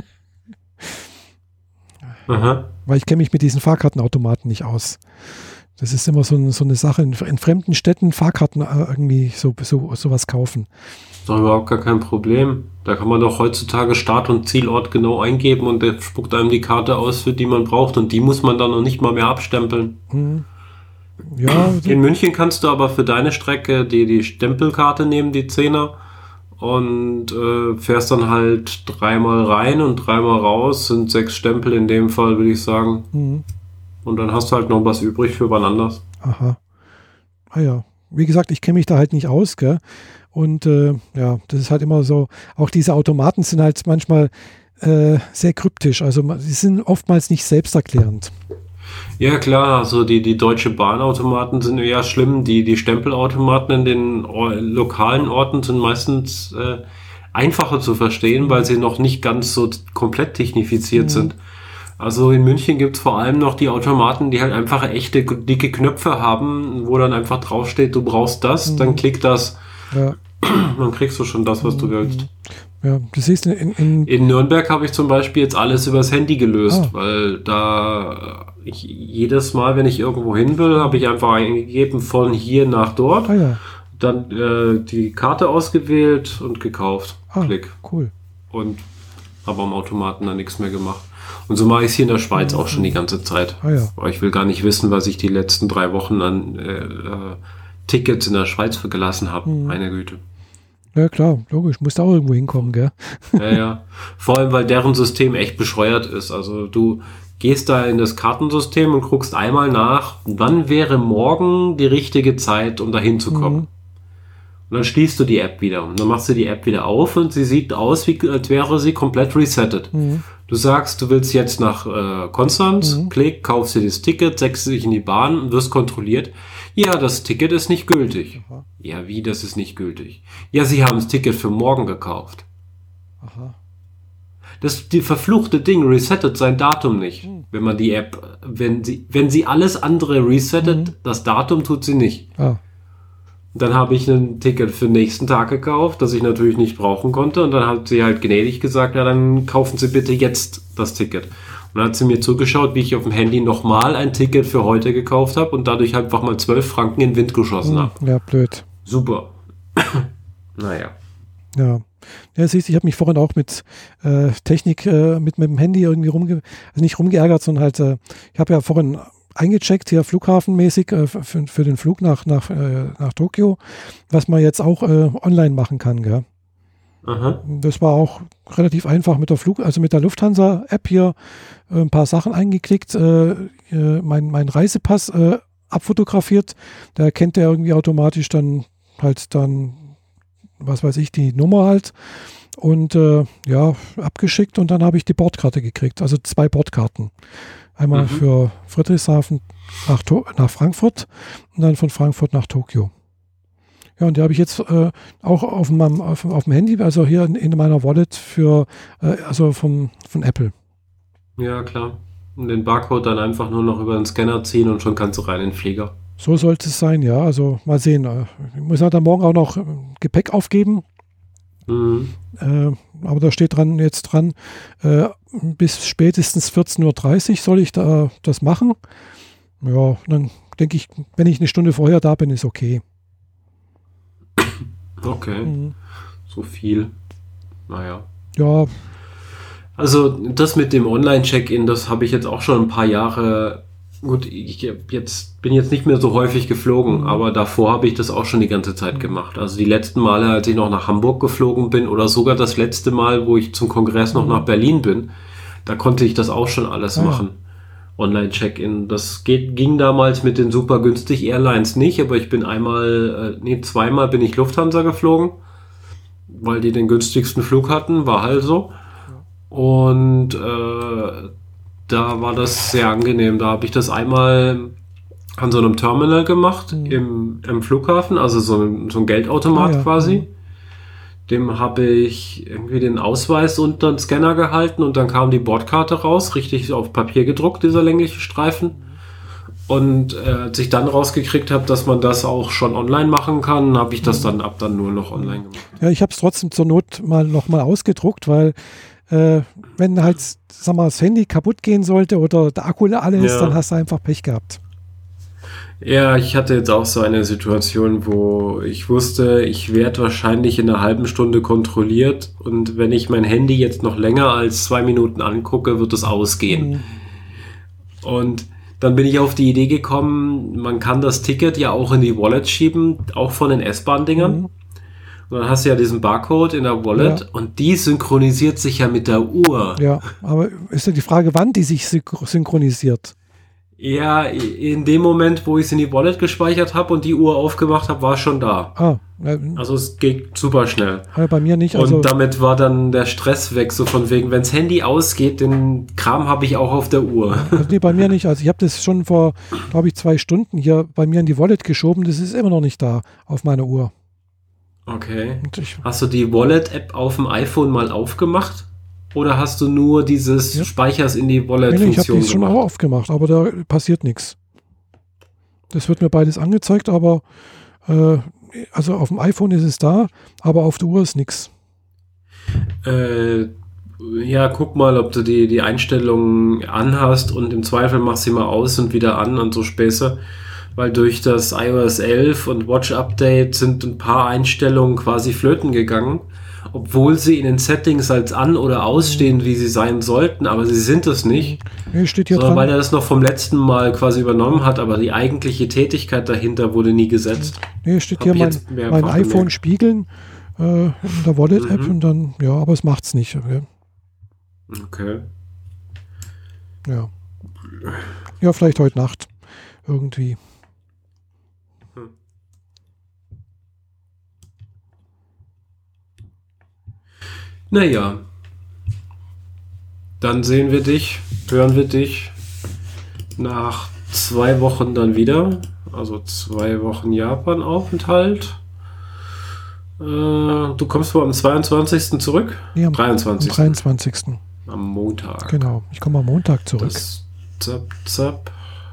Aha. Weil ich kenne mich mit diesen Fahrkartenautomaten nicht aus. Das ist immer so eine Sache. In fremden Städten Fahrkarten irgendwie sowas kaufen. Das ist doch überhaupt gar kein Problem. Da kann man doch heutzutage Start- und Zielort genau eingeben und der spuckt einem die Karte aus, für die man braucht und die muss man dann noch nicht mal mehr abstempeln. Ja. In München kannst du aber für deine Strecke die Stempelkarte nehmen, die 10er, und fährst dann halt 3-mal rein und 3-mal raus, sind 6 Stempel in dem Fall, würde ich sagen. Und dann hast du halt noch was übrig für wann anders. Aha. Ja. Wie gesagt, ich kenne mich da halt nicht aus, gell? Und das ist halt immer so, auch diese Automaten sind halt manchmal sehr kryptisch, also sie sind oftmals nicht selbsterklärend. Ja klar, also die Deutsche Bahnautomaten sind eher schlimm, die Stempelautomaten in den lokalen Orten sind meistens einfacher zu verstehen, weil sie noch nicht ganz so komplett technifiziert sind. Also in München gibt's vor allem noch die Automaten, die halt einfach echte dicke Knöpfe haben, wo dann einfach draufsteht, du brauchst das, dann klick das. Ja. Dann kriegst du schon das, was du willst. Ja, du siehst in Nürnberg habe ich zum Beispiel jetzt alles übers Handy gelöst, weil da jedes Mal, wenn ich irgendwo hin will, habe ich einfach eingegeben von hier nach dort, dann die Karte ausgewählt und gekauft. Klick. Cool. Und habe am Automaten dann nichts mehr gemacht. Und so mache ich es hier in der Schweiz auch schon die ganze Zeit. Aber ich will gar nicht wissen, was ich die letzten 3 Wochen an Tickets in der Schweiz gelassen habe. Meine Güte. Ja klar, logisch. Musst auch irgendwo hinkommen, gell? Ja. Vor allem, weil deren System echt bescheuert ist. Also du gehst da in das Kartensystem und guckst einmal nach, wann wäre morgen die richtige Zeit, um da hinzukommen. Und dann schließt du die App wieder. Und dann machst du die App wieder auf und sie sieht aus, als wäre sie komplett resettet. Du sagst, du willst jetzt nach Konstanz, klick, kaufst dir das Ticket, setzt dich in die Bahn und wirst kontrolliert. Ja, das Ticket ist nicht gültig. Aha. Ja, wie, das ist nicht gültig? Ja, Sie haben das Ticket für morgen gekauft. Aha. Die verfluchte Ding resettet sein Datum nicht. Wenn man die App, wenn sie alles andere resettet, das Datum tut sie nicht. Dann habe ich ein Ticket für den nächsten Tag gekauft, das ich natürlich nicht brauchen konnte. Und dann hat sie halt gnädig gesagt, ja, dann kaufen Sie bitte jetzt das Ticket. Und dann hat sie mir zugeschaut, wie ich auf dem Handy nochmal ein Ticket für heute gekauft habe und dadurch einfach mal 12 Franken in den Wind geschossen habe. Ja, blöd. Super. Naja. Ja, siehst du, ich habe mich vorhin auch mit Technik, mit dem Handy irgendwie nicht rumgeärgert, sondern halt, ich habe ja vorhin eingecheckt, hier flughafenmäßig für den Flug nach Tokio, was man jetzt auch online machen kann, gell? Aha. Das war auch relativ einfach mit der Lufthansa-App hier ein paar Sachen eingeklickt, mein Reisepass abfotografiert, da erkennt er irgendwie automatisch dann, was weiß ich, die Nummer halt und abgeschickt und dann habe ich die Bordkarte gekriegt, also 2 Bordkarten. Einmal für Friedrichshafen nach Frankfurt und dann von Frankfurt nach Tokio. Ja, und die habe ich jetzt auch auf dem Handy, also hier in meiner Wallet von Apple. Ja, klar. Und den Barcode dann einfach nur noch über den Scanner ziehen und schon kannst du rein in den Flieger. So sollte es sein, ja. Also mal sehen. Ich muss halt dann morgen auch noch Gepäck aufgeben. Aber da steht jetzt dran, bis spätestens 14:30 Uhr soll ich das machen. Ja, dann denke ich, wenn ich eine Stunde vorher da bin, ist okay. Okay, so viel. Naja. Ja. Also das mit dem Online-Check-In, das habe ich jetzt auch schon ein paar Jahre. Gut, ich bin jetzt nicht mehr so häufig geflogen, aber davor habe ich das auch schon die ganze Zeit gemacht. Also die letzten Male, als ich noch nach Hamburg geflogen bin oder sogar das letzte Mal, wo ich zum Kongress noch nach Berlin bin, da konnte ich das auch schon alles machen. Online-Check-In. Das ging damals mit den super günstig Airlines nicht, aber ich bin zweimal bin ich Lufthansa geflogen, weil die den günstigsten Flug hatten, war halt so. Und da war das sehr angenehm. Da habe ich das einmal an so einem Terminal gemacht im Flughafen, also so ein Geldautomat quasi. Dem habe ich irgendwie den Ausweis unter den Scanner gehalten und dann kam die Bordkarte raus, richtig auf Papier gedruckt, dieser längliche Streifen. Und als ich dann rausgekriegt habe, dass man das auch schon online machen kann, habe ich das dann nur noch online gemacht. Ja, ich habe es trotzdem zur Not noch mal ausgedruckt, weil wenn halt, sag mal, das Handy kaputt gehen sollte oder der Akku alle ist, dann hast du einfach Pech gehabt. Ja, ich hatte jetzt auch so eine Situation, wo ich wusste, ich werde wahrscheinlich in einer halben Stunde kontrolliert und wenn ich mein Handy jetzt noch länger als 2 Minuten angucke, wird es ausgehen. Und dann bin ich auf die Idee gekommen, man kann das Ticket ja auch in die Wallet schieben, auch von den S-Bahn-Dingern. Und dann hast du ja diesen Barcode in der Wallet und die synchronisiert sich ja mit der Uhr. Ja, aber ist ja die Frage, wann die sich synchronisiert. Ja, in dem Moment, wo ich es in die Wallet gespeichert habe und die Uhr aufgemacht habe, war es schon da. Also es geht super schnell. Bei mir nicht. Und damit war dann der Stress weg, so von wegen, wenn das Handy ausgeht, den Kram habe ich auch auf der Uhr. Also nee, bei mir nicht. Also ich habe das schon vor, glaube ich, 2 Stunden hier bei mir in die Wallet geschoben. Das ist immer noch nicht da auf meiner Uhr. Okay. Hast du die Wallet-App auf dem iPhone mal aufgemacht? Oder hast du nur dieses Speichers in die Wallet-Funktion ich habe das schon auch aufgemacht, aber da passiert nichts. Das wird mir beides angezeigt, aber also auf dem iPhone ist es da, aber auf der Uhr ist nichts. Ja, guck mal, ob du die Einstellungen anhast und im Zweifel mach sie mal aus und wieder an und so Späße. Weil durch das iOS 11 und Watch Update sind ein paar Einstellungen quasi flöten gegangen, obwohl sie in den Settings als an- oder ausstehen, wie sie sein sollten, aber sie sind es nicht. Nee, steht hier sondern dran. weil er das noch vom letzten Mal quasi übernommen hat, aber die eigentliche Tätigkeit dahinter wurde nie gesetzt. Nee, steht hier mein iPhone spiegeln in der Wallet-App und dann, ja, aber es macht's nicht. Okay. Ja. Ja, vielleicht heute Nacht irgendwie. Naja, dann sehen wir dich, hören wir dich nach 2 Wochen dann wieder, also 2 Wochen Japan-Aufenthalt. Du kommst wohl am 22. zurück? Nee, am 23. Am 23. Am Montag. Genau, ich komme am Montag zurück. Zap.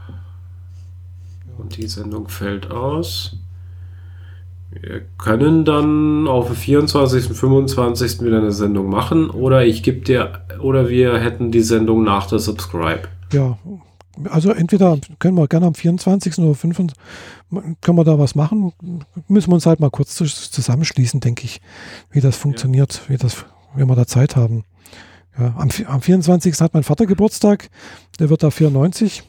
Und die Sendung fällt aus. Wir können dann auf dem 24. und 25. wieder eine Sendung machen oder wir hätten die Sendung nach der Subscribe. Ja, also entweder können wir gerne am 24. oder 25. können wir da was machen. Müssen wir uns halt mal kurz zusammenschließen, denke ich, wie das funktioniert, wenn wir da Zeit haben. Ja, am 24. hat mein Vater Geburtstag, der wird da 94.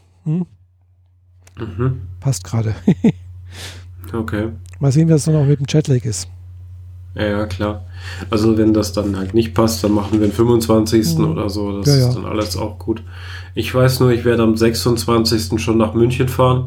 Passt gerade. Okay. Mal sehen, wie das dann auch mit dem Jetlag ist. Ja, klar. Also wenn das dann halt nicht passt, dann machen wir den 25. oder so. Das ist dann alles auch gut. Ich weiß nur, ich werde am 26. schon nach München fahren.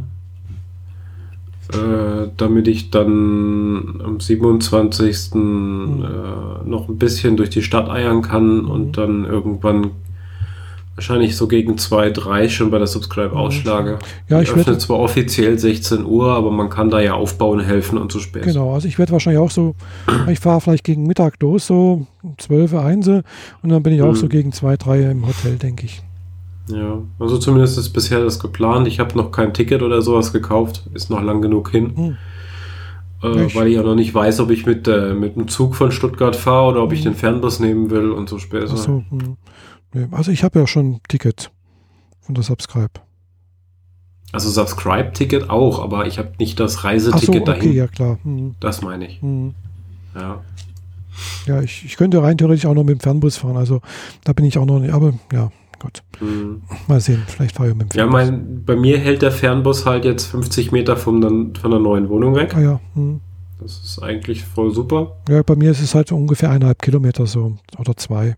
Damit ich dann am 27. noch ein bisschen durch die Stadt eiern kann und dann irgendwann wahrscheinlich so gegen 2, 3 schon bei der Subscribe ausschlage. Ja, ich öffne zwar offiziell 16 Uhr, aber man kann da ja aufbauen, helfen und so später. Genau, also ich werde wahrscheinlich auch so, ich fahre vielleicht gegen Mittag los, so 12, 1 und dann bin ich auch so gegen 2, 3 im Hotel, denke ich. Ja, also zumindest ist bisher das geplant. Ich habe noch kein Ticket oder sowas gekauft, ist noch lang genug hin. Weil ich ja noch nicht weiß, ob ich mit dem Zug von Stuttgart fahre oder ob ich den Fernbus nehmen will und so später. Ach so, also ich habe ja schon ein Ticket von der Subscribe. Also Subscribe-Ticket auch, aber ich habe nicht das Reiseticket dahin. Okay, ja klar. Das meine ich. Ja. Ja, ich könnte rein theoretisch auch noch mit dem Fernbus fahren, also da bin ich auch noch nicht, aber ja, Gott. Mal sehen, vielleicht fahre ich mit dem Fernbus. Ja, bei mir hält der Fernbus halt jetzt 50 Meter von der neuen Wohnung weg. Ah ja. Das ist eigentlich voll super. Ja, bei mir ist es halt ungefähr 1,5 Kilometer so oder 2.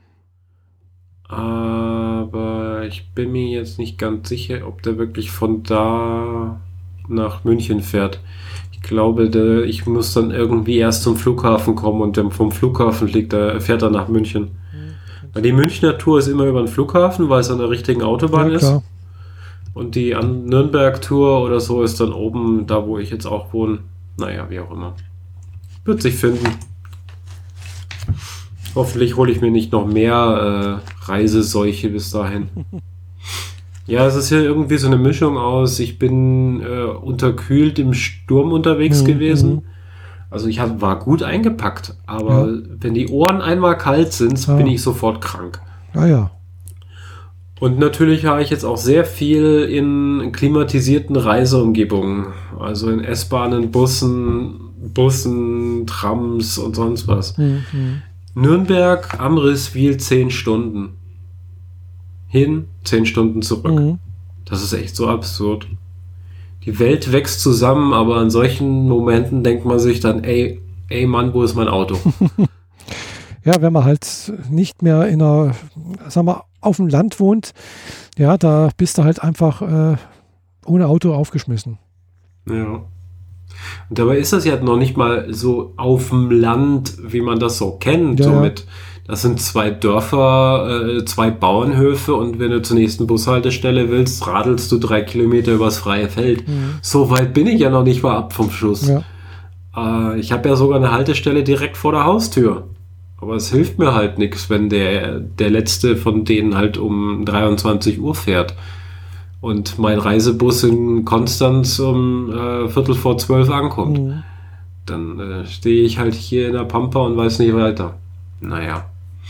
Aber ich bin mir jetzt nicht ganz sicher, ob der wirklich von da nach München fährt. Ich glaube, ich muss dann irgendwie erst zum Flughafen kommen und dann vom Flughafen fährt er nach München. Weil die Münchner Tour ist immer über den Flughafen, weil es an der richtigen Autobahn ist. Und die Nürnberg-Tour oder so ist dann oben, da wo ich jetzt auch wohne. Naja, wie auch immer. Wird sich finden. Hoffentlich hole ich mir nicht noch mehr Reiseseuche bis dahin. Ja, es ist ja irgendwie so eine Mischung aus, ich bin unterkühlt im Sturm unterwegs gewesen. Also ich war gut eingepackt, aber wenn die Ohren einmal kalt sind, bin ich sofort krank. Ja. Und natürlich habe ich jetzt auch sehr viel in klimatisierten Reiseumgebungen. Also in S-Bahnen, Bussen, Trams und sonst was. Nürnberg, Amriswil 10 Stunden. Hin, 10 Stunden zurück. Das ist echt so absurd. Die Welt wächst zusammen, aber in solchen Momenten denkt man sich dann, ey Mann, wo ist mein Auto? Ja, wenn man halt nicht mehr auf dem Land wohnt, ja, da bist du halt einfach ohne Auto aufgeschmissen. Ja. Und dabei ist das ja noch nicht mal so auf dem Land, wie man das so kennt. Das sind 2 Dörfer, 2 Bauernhöfe und wenn du zur nächsten Bushaltestelle willst, radelst du 3 Kilometer übers freie Feld. So weit bin ich ja noch nicht mal ab vom Schuss. Ja. Ich habe ja sogar eine Haltestelle direkt vor der Haustür. Aber es hilft mir halt nichts, wenn der letzte von denen halt um 23 Uhr fährt und mein Reisebus in Konstanz um Viertel vor 12 ankommt. Mhm. Dann stehe ich halt hier in der Pampa und weiß nicht weiter. Naja.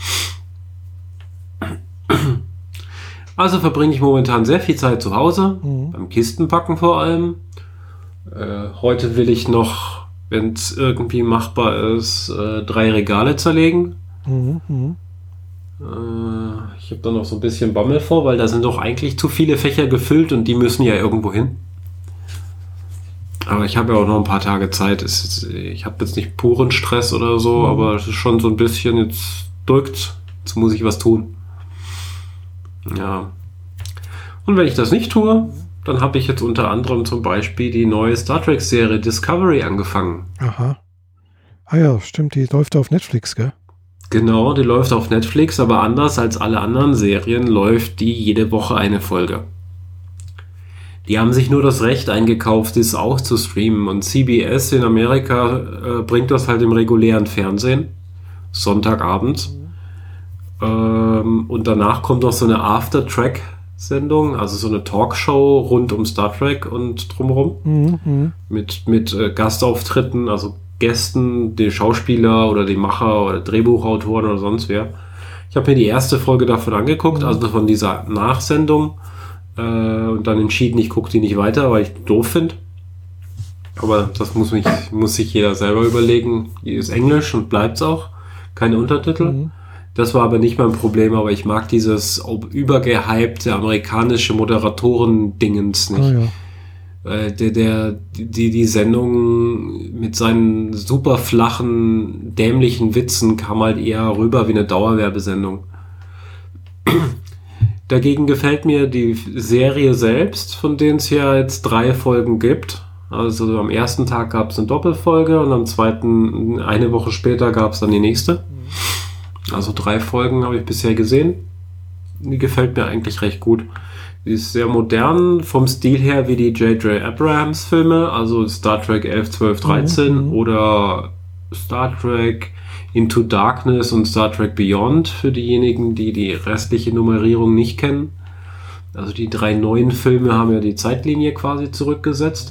Also verbringe ich momentan sehr viel Zeit zu Hause, beim Kistenpacken vor allem. Heute will ich noch, wenn es irgendwie machbar ist, 3 Regale zerlegen. Ich habe da noch so ein bisschen Bammel vor, weil da sind doch eigentlich zu viele Fächer gefüllt und die müssen ja irgendwo hin. Aber ich habe ja auch noch ein paar Tage Zeit. Ich habe jetzt nicht puren Stress oder so, aber es ist schon so ein bisschen, jetzt drückt's, jetzt muss ich was tun. Ja. Und wenn ich das nicht tue, dann habe ich jetzt unter anderem zum Beispiel die neue Star Trek Serie Discovery angefangen. Aha. Ah ja, stimmt, die läuft auf Netflix, gell? Genau, die läuft auf Netflix, aber anders als alle anderen Serien läuft die jede Woche eine Folge. Die haben sich nur das Recht eingekauft, das auch zu streamen. Und CBS in Amerika bringt das halt im regulären Fernsehen, Sonntagabends. Und danach kommt noch so eine After-Track-Sendung, also so eine Talkshow rund um Star Trek und drumherum. Mit Gastauftritten, also Gästen, die Schauspieler oder die Macher oder Drehbuchautoren oder sonst wer. Ich habe mir die erste Folge davon angeguckt, also von dieser Nachsendung. Und dann entschieden, ich gucke die nicht weiter, weil ich doof finde. Aber das muss sich jeder selber überlegen. Die ist Englisch und bleibt's auch. Keine Untertitel. Das war aber nicht mein Problem, aber ich mag dieses übergehypte amerikanische Moderatoren-Dingens nicht. Ah, ja. Die Sendung mit seinen super flachen, dämlichen Witzen kam halt eher rüber wie eine Dauerwerbesendung. Dagegen gefällt mir die Serie selbst, von denen es ja jetzt 3 Folgen gibt. Also am ersten Tag gab es eine Doppelfolge und am zweiten, eine Woche später, gab es dann die nächste. Also 3 Folgen habe ich bisher gesehen. Die gefällt mir eigentlich recht gut. Die ist sehr modern, vom Stil her wie die J.J. Abrams Filme, also Star Trek 11, 12, 13 oder Star Trek Into Darkness und Star Trek Beyond für diejenigen, die die restliche Nummerierung nicht kennen. Also die 3 neuen Filme haben ja die Zeitlinie quasi zurückgesetzt.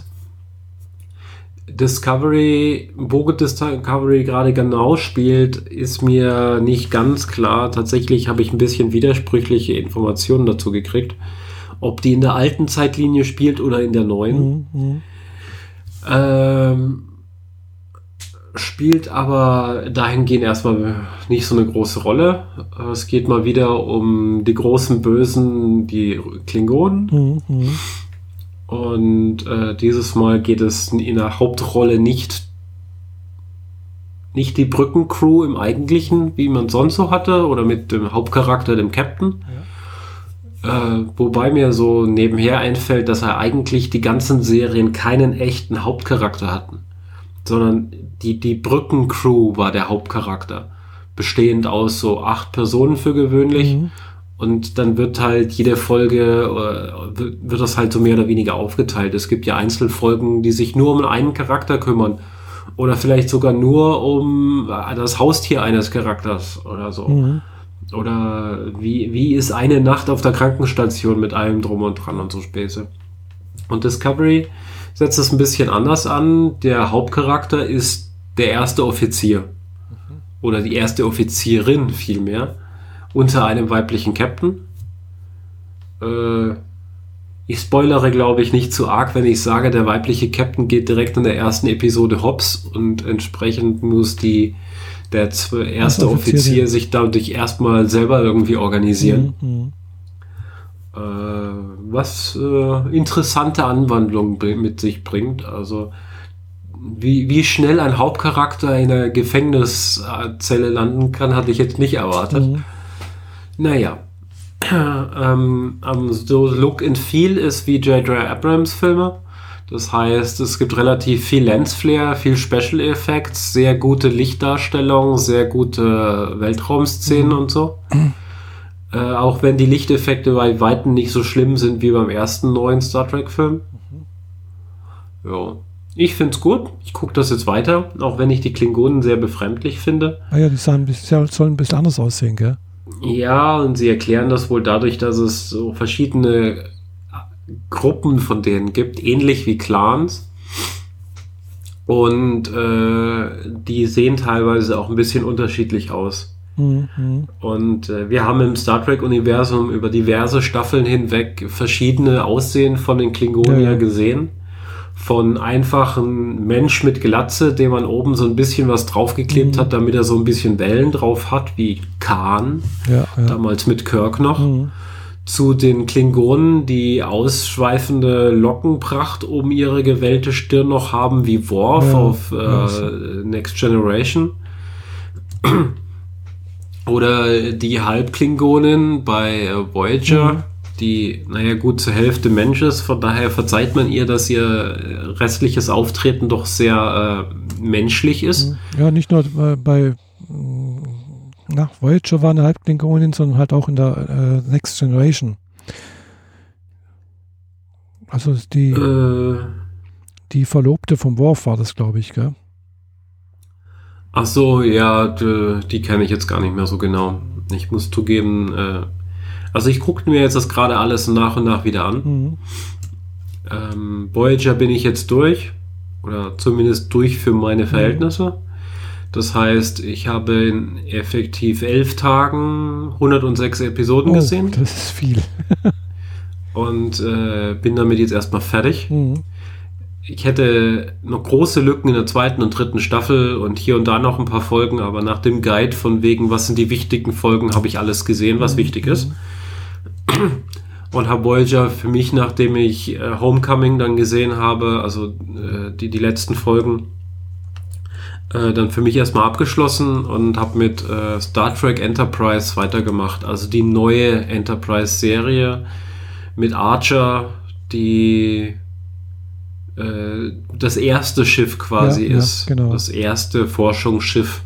Wo Discovery gerade genau spielt, ist mir nicht ganz klar. Tatsächlich habe ich ein bisschen widersprüchliche Informationen dazu gekriegt. Ob die in der alten Zeitlinie spielt oder in der neuen. Spielt aber dahingehend erstmal nicht so eine große Rolle. Es geht mal wieder um die großen Bösen, die Klingonen. Und dieses Mal geht es in der Hauptrolle nicht die Brückencrew im Eigentlichen, wie man sonst so hatte, oder mit dem Hauptcharakter, dem Captain. Wobei mir so nebenher einfällt, dass er eigentlich die ganzen Serien keinen echten Hauptcharakter hatten, sondern die Brückencrew war der Hauptcharakter, bestehend aus so 8 Personen für gewöhnlich. Und dann wird halt jede Folge, wird das halt so mehr oder weniger aufgeteilt. Es gibt ja Einzelfolgen, die sich nur um einen Charakter kümmern. Oder vielleicht sogar nur um das Haustier eines Charakters oder so. Oder wie ist eine Nacht auf der Krankenstation mit allem drum und dran und so Späße. Und Discovery setzt es ein bisschen anders an. Der Hauptcharakter ist der erste Offizier. Oder die erste Offizierin vielmehr. Unter einem weiblichen Captain. Ich spoilere, glaube ich, nicht zu arg, wenn ich sage, der weibliche Captain geht direkt in der ersten Episode hops und entsprechend muss der erste Offizier sich dadurch erstmal selber irgendwie organisieren. Was interessante Anwandlungen mit sich bringt. Also wie schnell ein Hauptcharakter in einer Gefängniszelle landen kann, hatte ich jetzt nicht erwartet. Naja. So Look and Feel ist wie J.J. Abrams Filme. Das heißt, es gibt relativ viel Lensflare, viel Special Effects, sehr gute Lichtdarstellung, sehr gute Weltraumszenen und so. Auch wenn die Lichteffekte bei Weitem nicht so schlimm sind wie beim ersten neuen Star Trek Film. Ja. Ich finde es gut. Ich gucke das jetzt weiter, auch wenn ich die Klingonen sehr befremdlich finde. Ah ja, die sollen ein bisschen anders aussehen, gell? Ja, und sie erklären das wohl dadurch, dass es so verschiedene Gruppen von denen gibt, ähnlich wie Clans. Und die sehen teilweise auch ein bisschen unterschiedlich aus. Mhm. Und wir haben im Star Trek-Universum über diverse Staffeln hinweg verschiedene Aussehen von den Klingonier gesehen. Von einfachen Mensch mit Glatze, dem man oben so ein bisschen was draufgeklebt hat, damit er so ein bisschen Wellen drauf hat, wie Khan, damals mit Kirk noch. Zu den Klingonen, die ausschweifende Lockenpracht um ihre gewellte Stirn noch haben, wie Worf auf Next Generation. Oder die Halbklingonin bei Voyager, die, naja gut, zur Hälfte Mensch ist. Von daher verzeiht man ihr, dass ihr restliches Auftreten doch sehr menschlich ist. Ja, nicht nur bei Voyager war eine Halbklingonin, sondern halt auch in der Next Generation. Also die Verlobte vom Worf war das, glaube ich, gell? Ach so, ja, die kenne ich jetzt gar nicht mehr so genau. Ich muss zugeben, also ich gucke mir jetzt das gerade alles nach und nach wieder an. Voyager bin ich jetzt durch, oder zumindest durch für meine Verhältnisse. Das heißt, ich habe in effektiv 11 Tagen 106 Episoden gesehen. Das ist viel. Und bin damit jetzt erstmal fertig. Ich hätte noch große Lücken in der 2. und 3. Staffel und hier und da noch ein paar Folgen, aber nach dem Guide von wegen, was sind die wichtigen Folgen, habe ich alles gesehen, was wichtig ist. Und habe Voyager für mich, nachdem ich Homecoming dann gesehen habe, also die letzten Folgen, dann für mich erstmal abgeschlossen und habe mit Star Trek Enterprise weitergemacht. Also die neue Enterprise-Serie mit Archer, die das erste Schiff quasi ist. Genau. Das erste Forschungsschiff.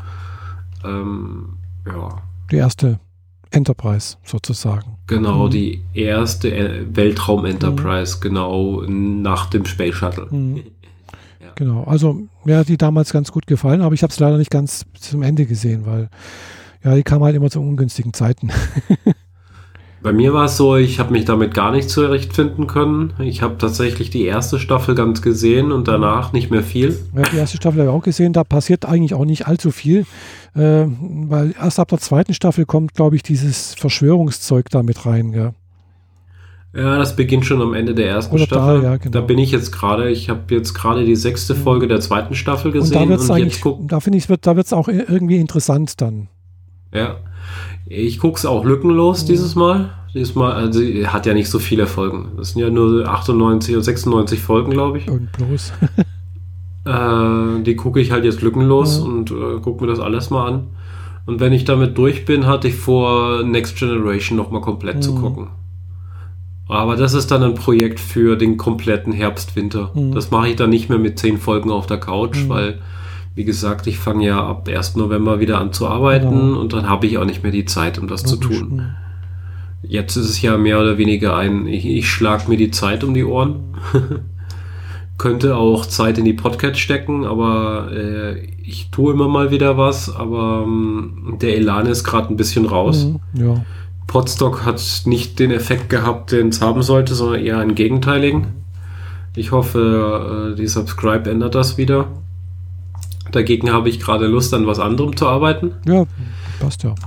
Die erste Enterprise sozusagen. Genau, die erste Weltraum-Enterprise, genau nach dem Space Shuttle. Genau, also mir hat die damals ganz gut gefallen, aber ich habe es leider nicht ganz zum Ende gesehen, weil die kam halt immer zu ungünstigen Zeiten. Bei mir war es so, ich habe mich damit gar nicht zurechtfinden können. Ich habe tatsächlich die erste Staffel ganz gesehen und danach nicht mehr viel. Ja, die erste Staffel habe ich auch gesehen, da passiert eigentlich auch nicht allzu viel, weil erst ab der 2. Staffel kommt, glaube ich, dieses Verschwörungszeug da mit rein. Gell? Ja, das beginnt schon am Ende der ersten Staffel. Genau. Da bin ich jetzt gerade. Ich habe jetzt gerade die 6. Folge der 2. Staffel gesehen. Und da wird es auch irgendwie interessant dann. Ja. Ich gucke es auch lückenlos dieses Mal. Also hat ja nicht so viele Folgen. Das sind ja nur 98 oder 96 Folgen, glaube ich. Und bloß. Die gucke ich halt jetzt lückenlos und gucke mir das alles mal an. Und wenn ich damit durch bin, hatte ich vor, Next Generation nochmal komplett zu gucken. Aber das ist dann ein Projekt für den kompletten Herbst-Winter. Das mache ich dann nicht mehr mit 10 Folgen auf der Couch, weil, wie gesagt, ich fange ja ab 1. November wieder an zu arbeiten und dann habe ich auch nicht mehr die Zeit, um das zu tun. Jetzt ist es ja mehr oder weniger ich schlage mir die Zeit um die Ohren. Könnte auch Zeit in die Podcasts stecken, aber ich tue immer mal wieder was, aber der Elan ist gerade ein bisschen raus. Ja. Podstock hat nicht den Effekt gehabt, den es haben sollte, sondern eher einen gegenteiligen. Ich hoffe, die Subscribe ändert das wieder. Dagegen habe ich gerade Lust, an was anderem zu arbeiten. Ja, passt ja.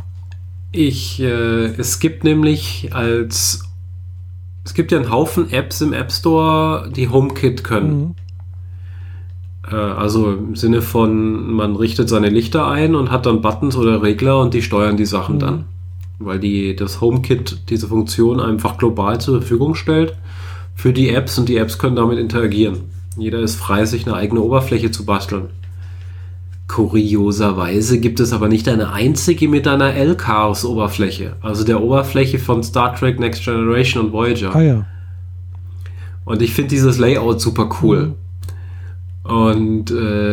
Es gibt nämlich es gibt ja einen Haufen Apps im App Store, die HomeKit können. Also im Sinne von, man richtet seine Lichter ein und hat dann Buttons oder Regler und die steuern die Sachen dann. Weil das HomeKit diese Funktion einfach global zur Verfügung stellt für die Apps und die Apps können damit interagieren. Jeder ist frei, sich eine eigene Oberfläche zu basteln. Kurioserweise gibt es aber nicht eine einzige mit einer L-Chaos-Oberfläche, also der Oberfläche von Star Trek Next Generation und Voyager. Ah ja. Und ich finde dieses Layout super cool. Und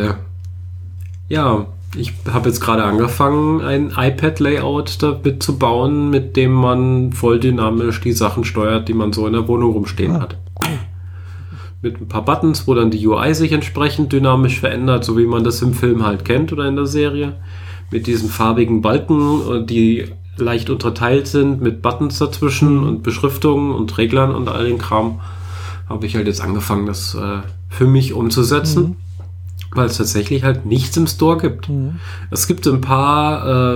ich habe jetzt gerade angefangen, ein iPad-Layout damit zu bauen, mit dem man voll dynamisch die Sachen steuert, die man so in der Wohnung rumstehen hat. mit ein paar Buttons, wo dann die UI sich entsprechend dynamisch verändert, so wie man das im Film halt kennt oder in der Serie. Mit diesen farbigen Balken, die leicht unterteilt sind, mit Buttons dazwischen und Beschriftungen und Reglern und all den Kram, habe ich halt jetzt angefangen, das für mich umzusetzen, weil es tatsächlich halt nichts im Store gibt. Es gibt ein paar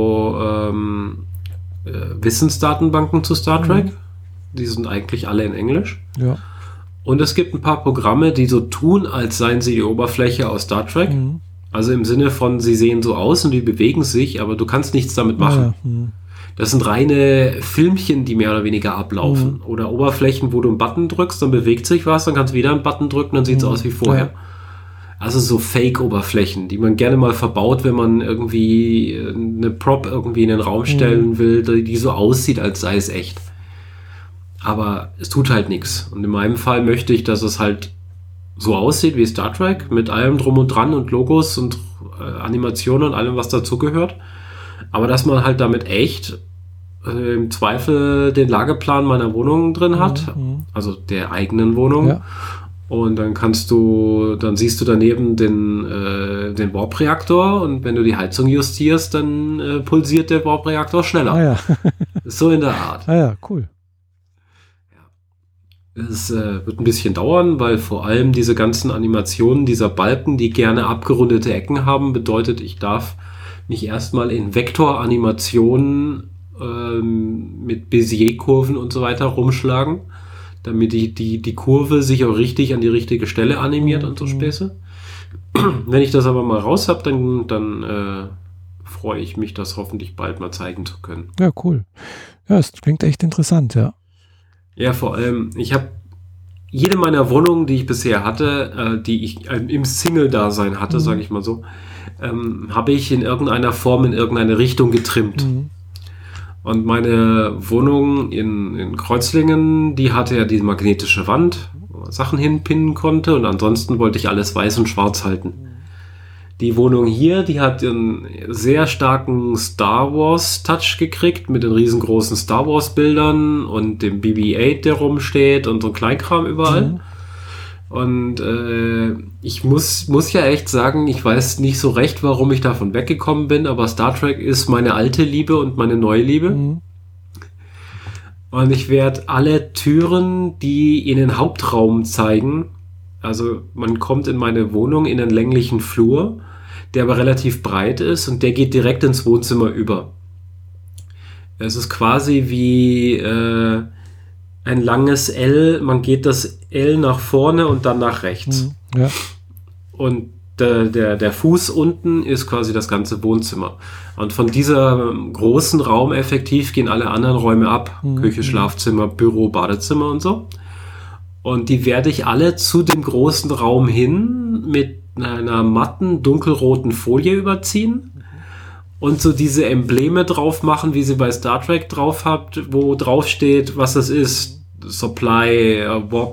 Wissensdatenbanken zu Star Trek. Die sind eigentlich alle in Englisch. Ja. Und es gibt ein paar Programme, die so tun, als seien sie die Oberfläche aus Star Trek. Also im Sinne von, sie sehen so aus und die bewegen sich, aber du kannst nichts damit machen. Das sind reine Filmchen, die mehr oder weniger ablaufen. Oder Oberflächen, wo du einen Button drückst, dann bewegt sich was, dann kannst du wieder einen Button drücken, dann sieht es aus wie vorher. Also so Fake-Oberflächen, die man gerne mal verbaut, wenn man irgendwie eine Prop irgendwie in den Raum stellen will, die so aussieht, als sei es echt. Aber es tut halt nichts. Und in meinem Fall möchte ich, dass es halt so aussieht wie Star Trek, mit allem drum und dran und Logos und Animationen und allem, was dazugehört. Aber dass man halt damit echt im Zweifel den Lageplan meiner Wohnung drin hat, also der eigenen Wohnung. Ja. Und dann siehst du daneben den Warp-Reaktor und wenn du die Heizung justierst, dann pulsiert der Warp-Reaktor schneller. So in der Art. Cool. Es wird ein bisschen dauern, weil vor allem diese ganzen Animationen dieser Balken, die gerne abgerundete Ecken haben, bedeutet, ich darf mich erstmal in Vektoranimationen mit Bézier-Kurven und so weiter rumschlagen, damit die Kurve sich auch richtig an die richtige Stelle animiert und so Späße. Wenn ich das aber mal raus habe, dann freue ich mich, das hoffentlich bald mal zeigen zu können. Ja, cool. Ja, es klingt echt interessant, ja. Ja, vor allem, ich habe jede meiner Wohnungen, die ich bisher hatte, die ich im Single-Dasein hatte, sage ich mal so, habe ich in irgendeiner Form in irgendeine Richtung getrimmt. Und meine Wohnung in Kreuzlingen, die hatte ja diese magnetische Wand, wo man Sachen hinpinnen konnte und ansonsten wollte ich alles weiß und schwarz halten. Die Wohnung hier, die hat einen sehr starken Star Wars Touch gekriegt mit den riesengroßen Star Wars Bildern und dem BB-8, der rumsteht und so ein Kleinkram überall. Und ich muss ja echt sagen, ich weiß nicht so recht, warum ich davon weggekommen bin, aber Star Trek ist meine alte Liebe und meine neue Liebe. Und ich werde alle Türen, die in den Hauptraum zeigen, also man kommt in meine Wohnung in einen länglichen Flur, der aber relativ breit ist und der geht direkt ins Wohnzimmer über. Es ist quasi wie ein langes L, man geht das L nach vorne und dann nach rechts. Ja. Und der Fuß unten ist quasi das ganze Wohnzimmer. Und von dieser großen Raum effektiv gehen alle anderen Räume ab. Küche, Schlafzimmer, Büro, Badezimmer und so. Und die werde ich alle zu dem großen Raum hin mit einer matten, dunkelroten Folie überziehen und so diese Embleme drauf machen, wie sie bei Star Trek drauf habt, wo drauf steht, was das ist. Supply,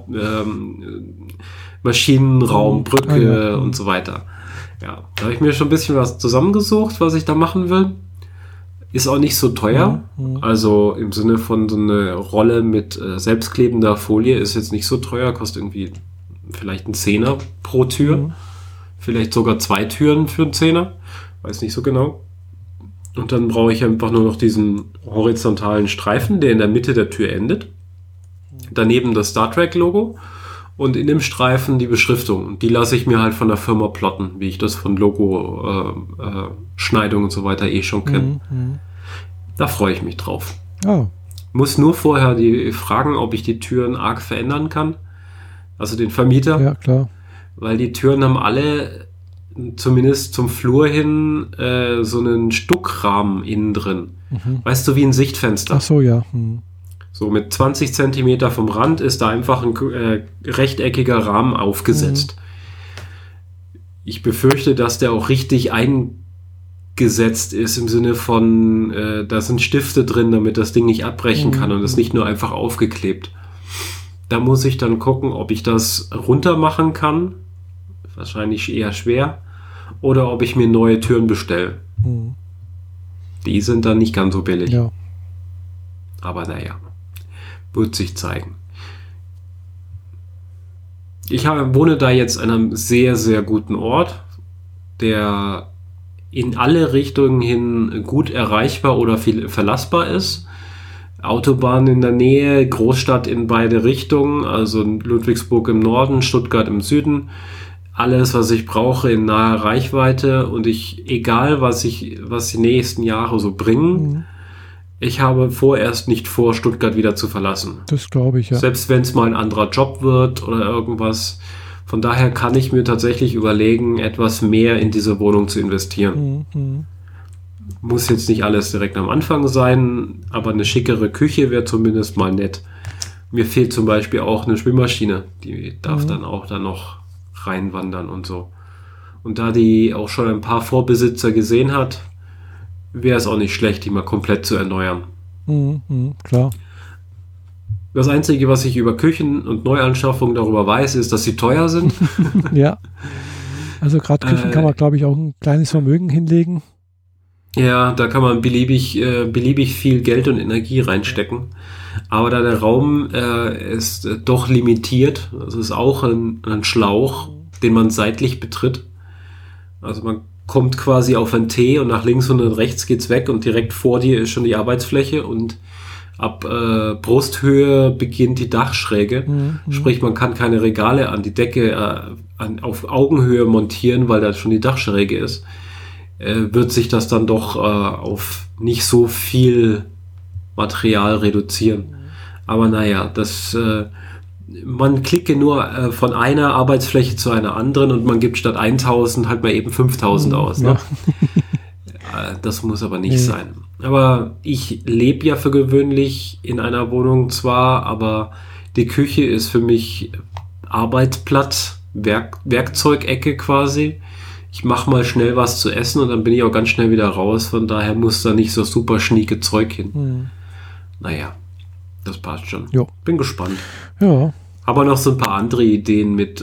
Maschinenraum, Brücke und so weiter. Ja, da habe ich mir schon ein bisschen was zusammengesucht, was ich da machen will. Ist auch nicht so teuer. Also im Sinne von so eine Rolle mit selbstklebender Folie ist jetzt nicht so teuer. Kostet irgendwie vielleicht einen Zehner pro Tür. Vielleicht sogar 2 Türen für einen Zehner. Weiß nicht so genau. Und dann brauche ich einfach nur noch diesen horizontalen Streifen, der in der Mitte der Tür endet. Daneben das Star Trek Logo. Und in dem Streifen die Beschriftung. Und die lasse ich mir halt von der Firma plotten, wie ich das von Logo, Schneidung und so weiter schon kenne. Da freue ich mich drauf. Oh. Muss nur vorher fragen, ob ich die Türen arg verändern kann. Also den Vermieter. Ja, klar. Weil die Türen haben alle, zumindest zum Flur hin, so einen Stuckrahmen innen drin. Weißt du, wie ein Sichtfenster. Ach so, ja. So mit 20 Zentimeter vom Rand ist da einfach ein rechteckiger Rahmen aufgesetzt. Ich befürchte, dass der auch richtig eingesetzt ist im Sinne von, da sind Stifte drin, damit das Ding nicht abbrechen kann und es nicht nur einfach aufgeklebt. Da muss ich dann gucken, ob ich das runter machen kann. Wahrscheinlich eher schwer. Oder ob ich mir neue Türen bestelle. Die sind dann nicht ganz so billig. Ja. Aber naja. Wird sich zeigen. wohne da jetzt an einem sehr, sehr guten Ort, der in alle Richtungen hin gut erreichbar oder viel verlassbar ist. Autobahn in der Nähe, Großstadt in beide Richtungen, also Ludwigsburg im Norden, Stuttgart im Süden. Alles, was ich brauche, in naher Reichweite, und egal was die nächsten Jahre so bringen, ich habe vorerst nicht vor, Stuttgart wieder zu verlassen. Das glaube ich, ja. Selbst wenn es mal ein anderer Job wird oder irgendwas. Von daher kann ich mir tatsächlich überlegen, etwas mehr in diese Wohnung zu investieren. Muss jetzt nicht alles direkt am Anfang sein, aber eine schickere Küche wäre zumindest mal nett. Mir fehlt zum Beispiel auch eine Spülmaschine. Die darf dann auch da noch reinwandern und so. Und da die auch schon ein paar Vorbesitzer gesehen hat, wäre es auch nicht schlecht, die mal komplett zu erneuern. Klar. Das Einzige, was ich über Küchen und Neuanschaffungen darüber weiß, ist, dass sie teuer sind. Ja. Also gerade Küchen kann man, glaube ich, auch ein kleines Vermögen hinlegen. Ja, da kann man beliebig viel Geld und Energie reinstecken. Aber da der Raum ist doch limitiert, das ist auch ein Schlauch, den man seitlich betritt. Also man kommt quasi auf ein T und nach links und nach rechts geht's weg und direkt vor dir ist schon die Arbeitsfläche und ab Brusthöhe beginnt die Dachschräge. Sprich, man kann keine Regale an die Decke auf Augenhöhe montieren, weil da schon die Dachschräge ist. Wird sich das dann doch auf nicht so viel Material reduzieren. Aber naja, man klicke nur von einer Arbeitsfläche zu einer anderen und man gibt statt 1000 halt mal eben 5000 aus. Ne? Das muss aber nicht sein. Aber ich lebe ja für gewöhnlich in einer Wohnung zwar, aber die Küche ist für mich Arbeitsplatz, Werkzeugecke quasi. Ich mache mal schnell was zu essen und dann bin ich auch ganz schnell wieder raus. Von daher muss da nicht so super schnieke Zeug hin. Naja, das passt schon. Jo. Bin gespannt. Ja. Aber noch so ein paar andere Ideen mit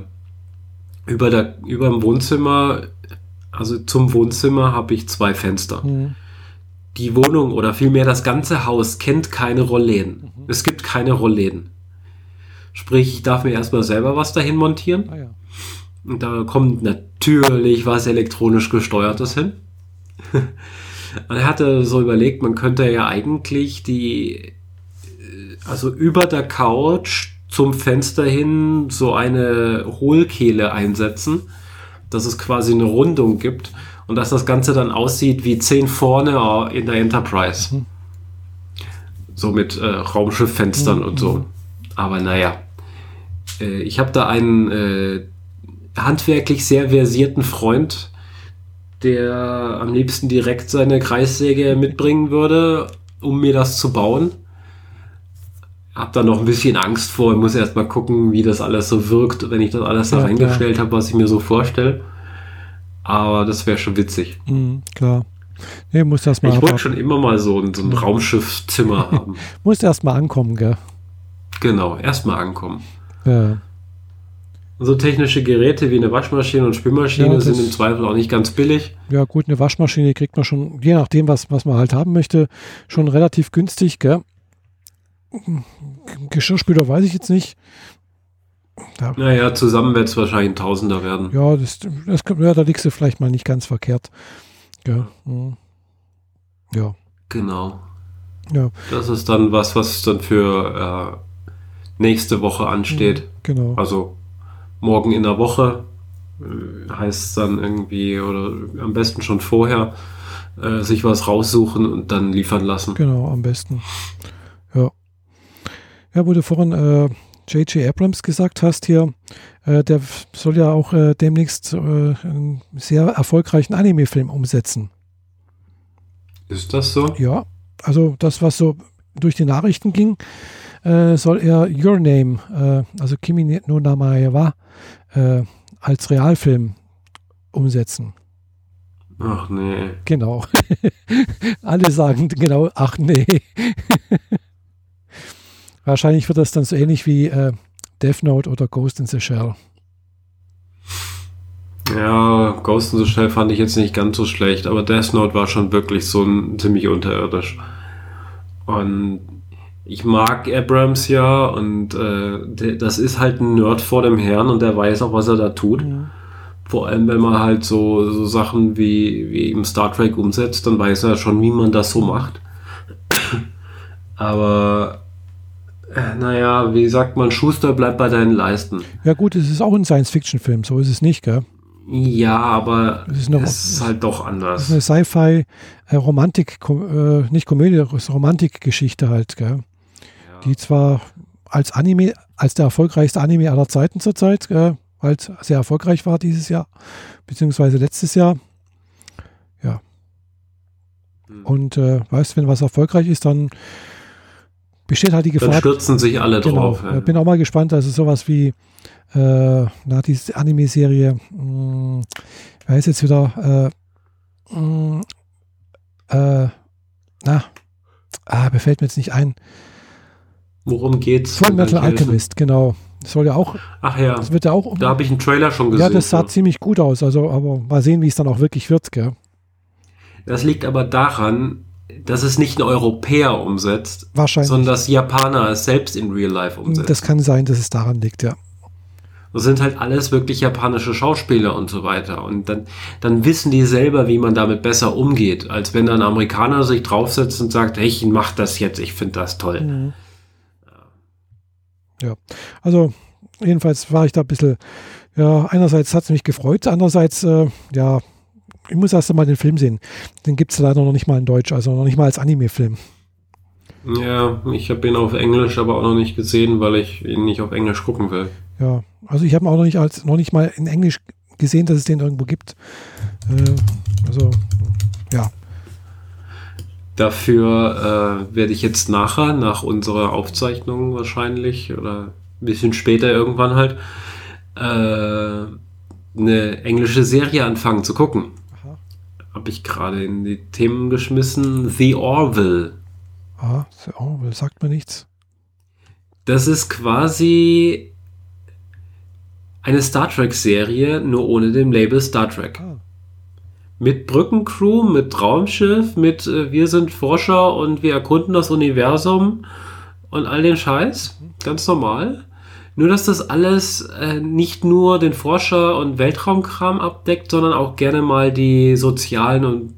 über dem Wohnzimmer. Also zum Wohnzimmer habe ich 2 Fenster. Die Wohnung oder vielmehr das ganze Haus kennt keine Rollläden. Es gibt keine Rollläden. Sprich, ich darf mir erstmal selber was dahin montieren. Ja. Und da kommt natürlich was elektronisch gesteuertes hin. Und er hatte so überlegt, man könnte ja eigentlich also über der Couch zum Fenster hin so eine Hohlkehle einsetzen, dass es quasi eine Rundung gibt und dass das Ganze dann aussieht wie 10 vorne in der Enterprise. So mit Raumschifffenstern und so. Aber naja, ich habe da einen handwerklich sehr versierten Freund, der am liebsten direkt seine Kreissäge mitbringen würde, um mir das zu bauen. Hab da noch ein bisschen Angst vor. Ich muss erst mal gucken, wie das alles so wirkt, wenn ich das alles da reingestellt habe, was ich mir so vorstelle. Aber das wäre schon witzig. Klar. Nee, muss erst mal ich wollte schon immer mal so ein Raumschiffzimmer haben. Muss erst mal ankommen, gell? Genau, erst mal ankommen. Ja. So technische Geräte wie eine Waschmaschine und Spülmaschine sind im Zweifel auch nicht ganz billig. Ja gut, eine Waschmaschine kriegt man schon, je nachdem, was man halt haben möchte, schon relativ günstig, gell? Geschirrspüler weiß ich jetzt nicht. Naja, zusammen wird es wahrscheinlich ein Tausender werden. Ja, da liegst du vielleicht mal nicht ganz verkehrt. Ja. Ja. Genau. Ja. Das ist dann was dann für nächste Woche ansteht. Genau. Also morgen in der Woche heißt es dann irgendwie, oder am besten schon vorher, sich was raussuchen und dann liefern lassen. Genau, am besten. Ja. Ja, wo du vorhin J.J. Abrams gesagt hast hier, der soll ja auch demnächst einen sehr erfolgreichen Anime-Film umsetzen. Ist das so? Ja, also das, was so durch die Nachrichten ging, soll er Your Name, also Kimi no Namae wa, als Realfilm umsetzen. Ach nee. Genau. Alle sagen genau, ach nee. Wahrscheinlich wird das dann so ähnlich wie Death Note oder Ghost in the Shell. Ja, Ghost in the Shell fand ich jetzt nicht ganz so schlecht, aber Death Note war schon wirklich so ziemlich unterirdisch. Und Ich mag Abrams ja und das ist halt ein Nerd vor dem Herrn und der weiß auch, was er da tut. Mhm. Vor allem, wenn man halt so Sachen wie eben Star Trek umsetzt, dann weiß er schon, wie man das so macht. Aber naja, wie sagt man, Schuster, bleib bei deinen Leisten. Ja gut, es ist auch ein Science-Fiction-Film, so ist es nicht, gell? Ja, aber Es ist halt doch das anders. ist eine Sci-Fi, Romantik, nicht Komödie, das ist Romantikgeschichte halt, gell? Ja. Die zwar als Anime, als der erfolgreichste Anime aller Zeiten zurzeit, halt sehr erfolgreich war dieses Jahr, beziehungsweise letztes Jahr. Ja. Und weißt, wenn was erfolgreich ist, dann besteht halt die Gefahr. Dann stürzen sich alle Genau. drauf. Ja. Bin auch mal gespannt, also sowas wie diese Anime-Serie, wer heißt jetzt wieder, befällt mir jetzt nicht ein. Worum geht's? Full Metal Alchemist, genau. Das soll ja auch, Ach ja, das wird ja auch, da habe ich einen Trailer schon gesehen. ja, das sah ziemlich gut aus, also, aber mal sehen, wie es dann auch wirklich wird, gell? Das liegt aber daran, dass es nicht ein Europäer umsetzt, Wahrscheinlich. sondern dass Japaner es selbst in Real Life umsetzen. Das kann sein, dass es daran liegt, ja. Das sind halt alles wirklich japanische Schauspieler und so weiter. Und dann wissen die selber, wie man damit besser umgeht, als wenn ein Amerikaner sich draufsetzt und sagt, hey, ich mach das jetzt, ich finde das toll. Mhm. Ja, also jedenfalls war ich da ein bisschen, ja, einerseits hat es mich gefreut, andererseits, ja, ich muss erst einmal den Film sehen. Den gibt es leider noch nicht mal in Deutsch, also noch nicht mal als Anime-Film. Ja, ich habe ihn auf Englisch aber auch noch nicht gesehen, weil ich ihn nicht auf Englisch gucken will. Ja, also ich habe ihn auch noch nicht mal in Englisch gesehen, dass es den irgendwo gibt. Also, ja. Dafür werde ich jetzt nachher, nach unserer Aufzeichnung wahrscheinlich, oder ein bisschen später irgendwann halt, eine englische Serie anfangen zu gucken. Aha. Habe ich gerade in die Themen geschmissen. The Orville. Sagt mir nichts. Das ist quasi eine Star Trek-Serie, nur ohne dem Label Star Trek. Mit Brückencrew, mit Raumschiff, mit wir sind Forscher und wir erkunden das Universum und all den Scheiß. Ganz normal. Nur, dass das alles nicht nur den Forscher- und Weltraumkram abdeckt, sondern auch gerne mal die sozialen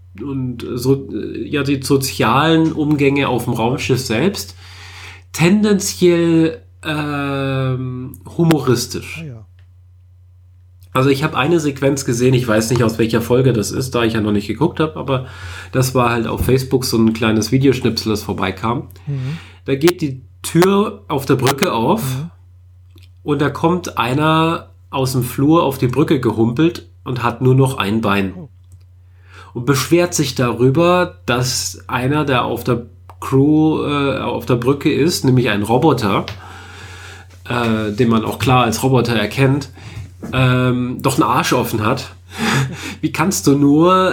die sozialen Umgänge auf dem Raumschiff selbst. Tendenziell humoristisch. Ja. Also ich habe eine Sequenz gesehen, ich weiß nicht, aus welcher Folge das ist, da ich ja noch nicht geguckt habe, aber das war halt auf Facebook so ein kleines Videoschnipsel, das vorbeikam. Mhm. Da geht die Tür auf der Brücke auf und da kommt einer aus dem Flur auf die Brücke gehumpelt und hat nur noch ein Bein. Und beschwert sich darüber, dass einer, der auf der Crew auf der Brücke ist, nämlich ein Roboter, den man auch klar als Roboter erkennt, doch einen Arsch offen hat. Wie kannst du nur,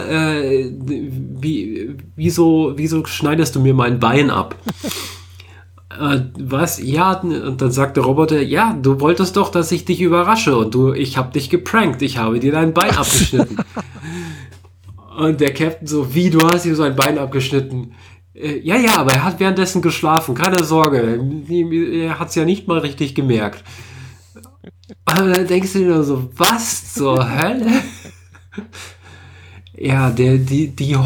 wieso schneidest du mir mein Bein ab? Was? Ja, und dann sagt der Roboter, ja, du wolltest doch, dass ich dich überrasche und ich habe dich geprankt, ich habe dir dein Bein abgeschnitten. Und der Captain so, wie, du hast ihm so ein Bein abgeschnitten? Ja, aber er hat währenddessen geschlafen, keine Sorge, er hat es ja nicht mal richtig gemerkt. Und dann denkst du dir nur so, was zur Hölle? Ja, die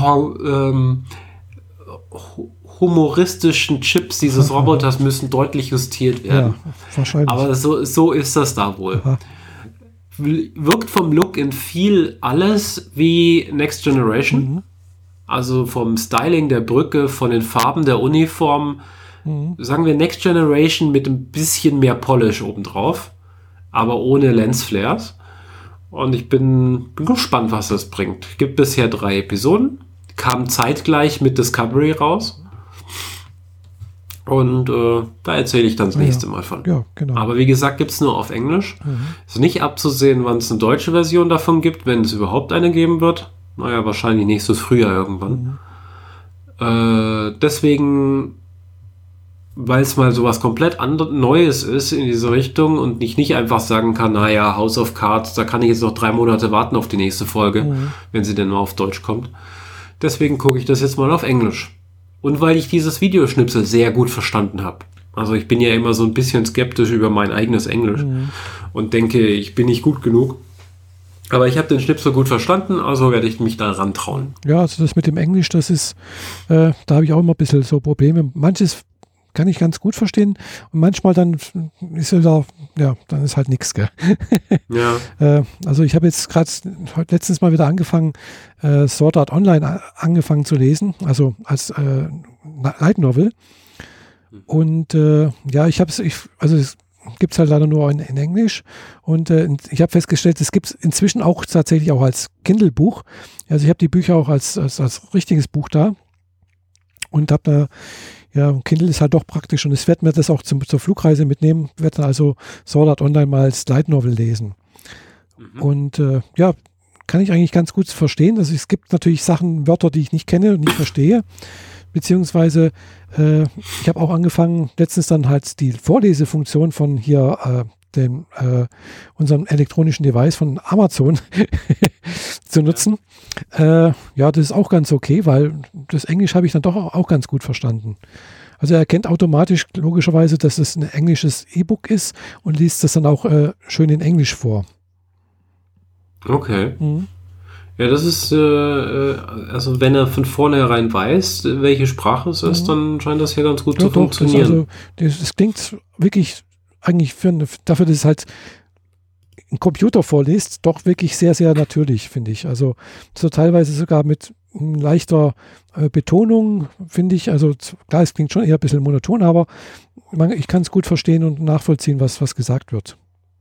humoristischen Chips dieses Roboters müssen deutlich justiert werden. Ja, wahrscheinlich. Aber so ist das da wohl. Aha. Wirkt vom Look in viel alles wie Next Generation. Mhm. Also vom Styling der Brücke, von den Farben der Uniform. Sagen wir Next Generation mit ein bisschen mehr Polish obendrauf. Aber ohne Lensflares. Und ich bin gespannt, was das bringt. Es gibt bisher 3 Episoden. Kam zeitgleich mit Discovery raus. Und da erzähle ich dann das nächste Mal von. Ja, genau. Aber wie gesagt, gibt es nur auf Englisch. Ist nicht abzusehen, wann es eine deutsche Version davon gibt, wenn es überhaupt eine geben wird. Naja, wahrscheinlich nächstes Frühjahr irgendwann. Deswegen, weil es mal sowas komplett Neues ist in diese Richtung und ich nicht einfach sagen kann, naja, House of Cards, da kann ich jetzt noch 3 Monate warten auf die nächste Folge, wenn sie denn mal auf Deutsch kommt. Deswegen gucke ich das jetzt mal auf Englisch. und weil ich dieses Videoschnipsel sehr gut verstanden habe. Also ich bin ja immer so ein bisschen skeptisch über mein eigenes Englisch und denke, ich bin nicht gut genug. Aber ich habe den Schnipsel gut verstanden, also werde ich mich da rantrauen. Ja, also das mit dem Englisch, das ist, da habe ich auch immer ein bisschen so Probleme. Manches kann ich ganz gut verstehen und manchmal dann ist da, ja, dann ist halt nichts, gell? Ja. Also ich habe jetzt gerade letztens mal wieder angefangen, Sword Art Online angefangen zu lesen, also als Light Novel. Und ja, also es gibt es halt leider nur in Englisch und ich habe festgestellt, es gibt es inzwischen auch tatsächlich auch als Kindle-Buch. Also ich habe die Bücher auch als richtiges Buch da und habe da, ja, Kindle ist halt doch praktisch und ich werde mir das auch zur Flugreise mitnehmen, werde dann also Sword Art Online mal als Light Novel lesen. Und ja, kann ich eigentlich ganz gut verstehen. Also es gibt natürlich Sachen, Wörter, die ich nicht kenne und nicht verstehe. Beziehungsweise ich habe auch angefangen, letztens dann halt die Vorlesefunktion von hier unserem elektronischen Device von Amazon zu nutzen. Ja, das ist auch ganz okay, weil das Englisch habe ich dann doch auch ganz gut verstanden. Also er erkennt automatisch logischerweise, dass es ein englisches E-Book ist und liest das dann auch schön in Englisch vor. Okay. Ja, das ist, also wenn er von vornherein weiß, welche Sprache es ist, dann scheint das hier ganz gut zu funktionieren. Das klingt wirklich eigentlich dafür, dass es halt ein Computer vorliest, doch wirklich sehr, sehr natürlich, finde ich. Also so teilweise sogar mit leichter Betonung, finde ich. Also klar, es klingt schon eher ein bisschen monoton, aber ich kann es gut verstehen und nachvollziehen, was gesagt wird.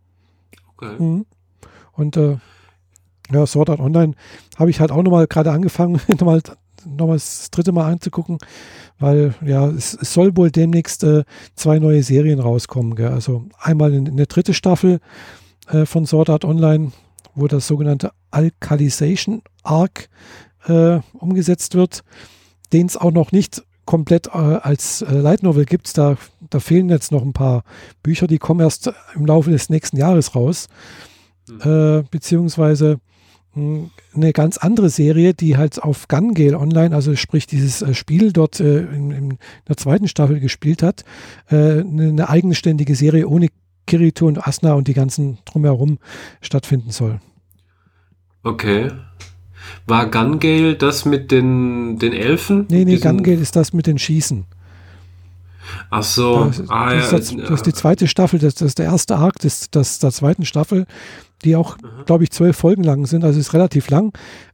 Okay. Und ja, Sword Art Online habe ich halt auch nochmal gerade angefangen, nochmal das dritte Mal anzugucken, weil ja, es soll wohl demnächst 2 neue Serien rauskommen. Gell? Also einmal eine dritte Staffel von Sword Art Online, wo das sogenannte Alkalization Arc umgesetzt wird, den es auch noch nicht komplett als Light Novel gibt. Da fehlen jetzt noch ein paar Bücher, die kommen erst im Laufe des nächsten Jahres raus. Beziehungsweise eine ganz andere Serie, die halt auf Gun Gale Online, also sprich dieses Spiel dort in der zweiten Staffel gespielt hat, eine eigenständige Serie ohne Kirito und Asuna und die ganzen drumherum stattfinden soll. Okay. War Gun Gale das mit den Elfen? Nee, Gun Gale ist das mit den Schießen. Ach so. Das ist die zweite Staffel, das ist der erste Arc der zweiten Staffel, die auch, glaube ich, 12 Folgen lang sind, also ist relativ lang,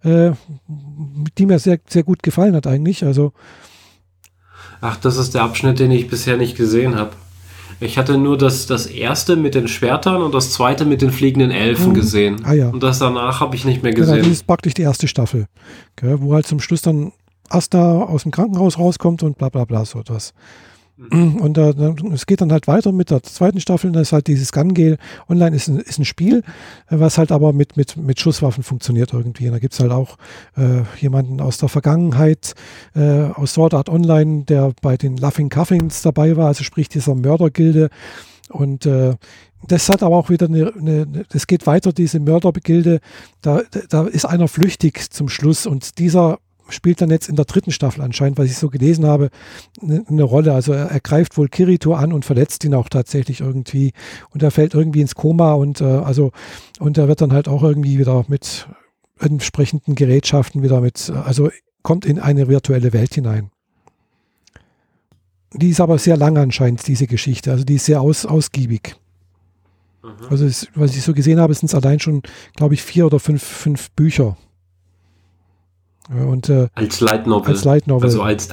die mir sehr, sehr gut gefallen hat eigentlich. Also ach, das ist der Abschnitt, den ich bisher nicht gesehen habe. Ich hatte nur das erste mit den Schwertern und das zweite mit den fliegenden Elfen gesehen. Ja. Und das danach habe ich nicht mehr gesehen. Genau, das ist praktisch die erste Staffel, gell, wo halt zum Schluss dann Asta aus dem Krankenhaus rauskommt und bla bla bla, so etwas. Und es geht dann halt weiter mit der zweiten Staffel. Das ist halt dieses Gun Gale Online ist ein Spiel, was halt aber mit Schusswaffen funktioniert irgendwie. Und da gibt es halt auch jemanden aus der Vergangenheit, aus Sword Art Online, der bei den Laughing Coffins dabei war, also sprich dieser Mördergilde. Und das hat aber auch wieder das geht weiter, diese Mördergilde. Da ist einer flüchtig zum Schluss und dieser spielt dann jetzt in der dritten Staffel anscheinend, was ich so gelesen habe, eine Rolle. Also er greift wohl Kirito an und verletzt ihn auch tatsächlich irgendwie und er fällt irgendwie ins Koma und er wird dann halt auch irgendwie wieder mit entsprechenden Gerätschaften also kommt in eine virtuelle Welt hinein. Die ist aber sehr lang anscheinend, diese Geschichte. Also die ist sehr ausgiebig. Also was ich so gesehen habe, sind es allein schon, glaube ich, 4 oder 5 Bücher. Und, als Light Novel. Als Light Novel.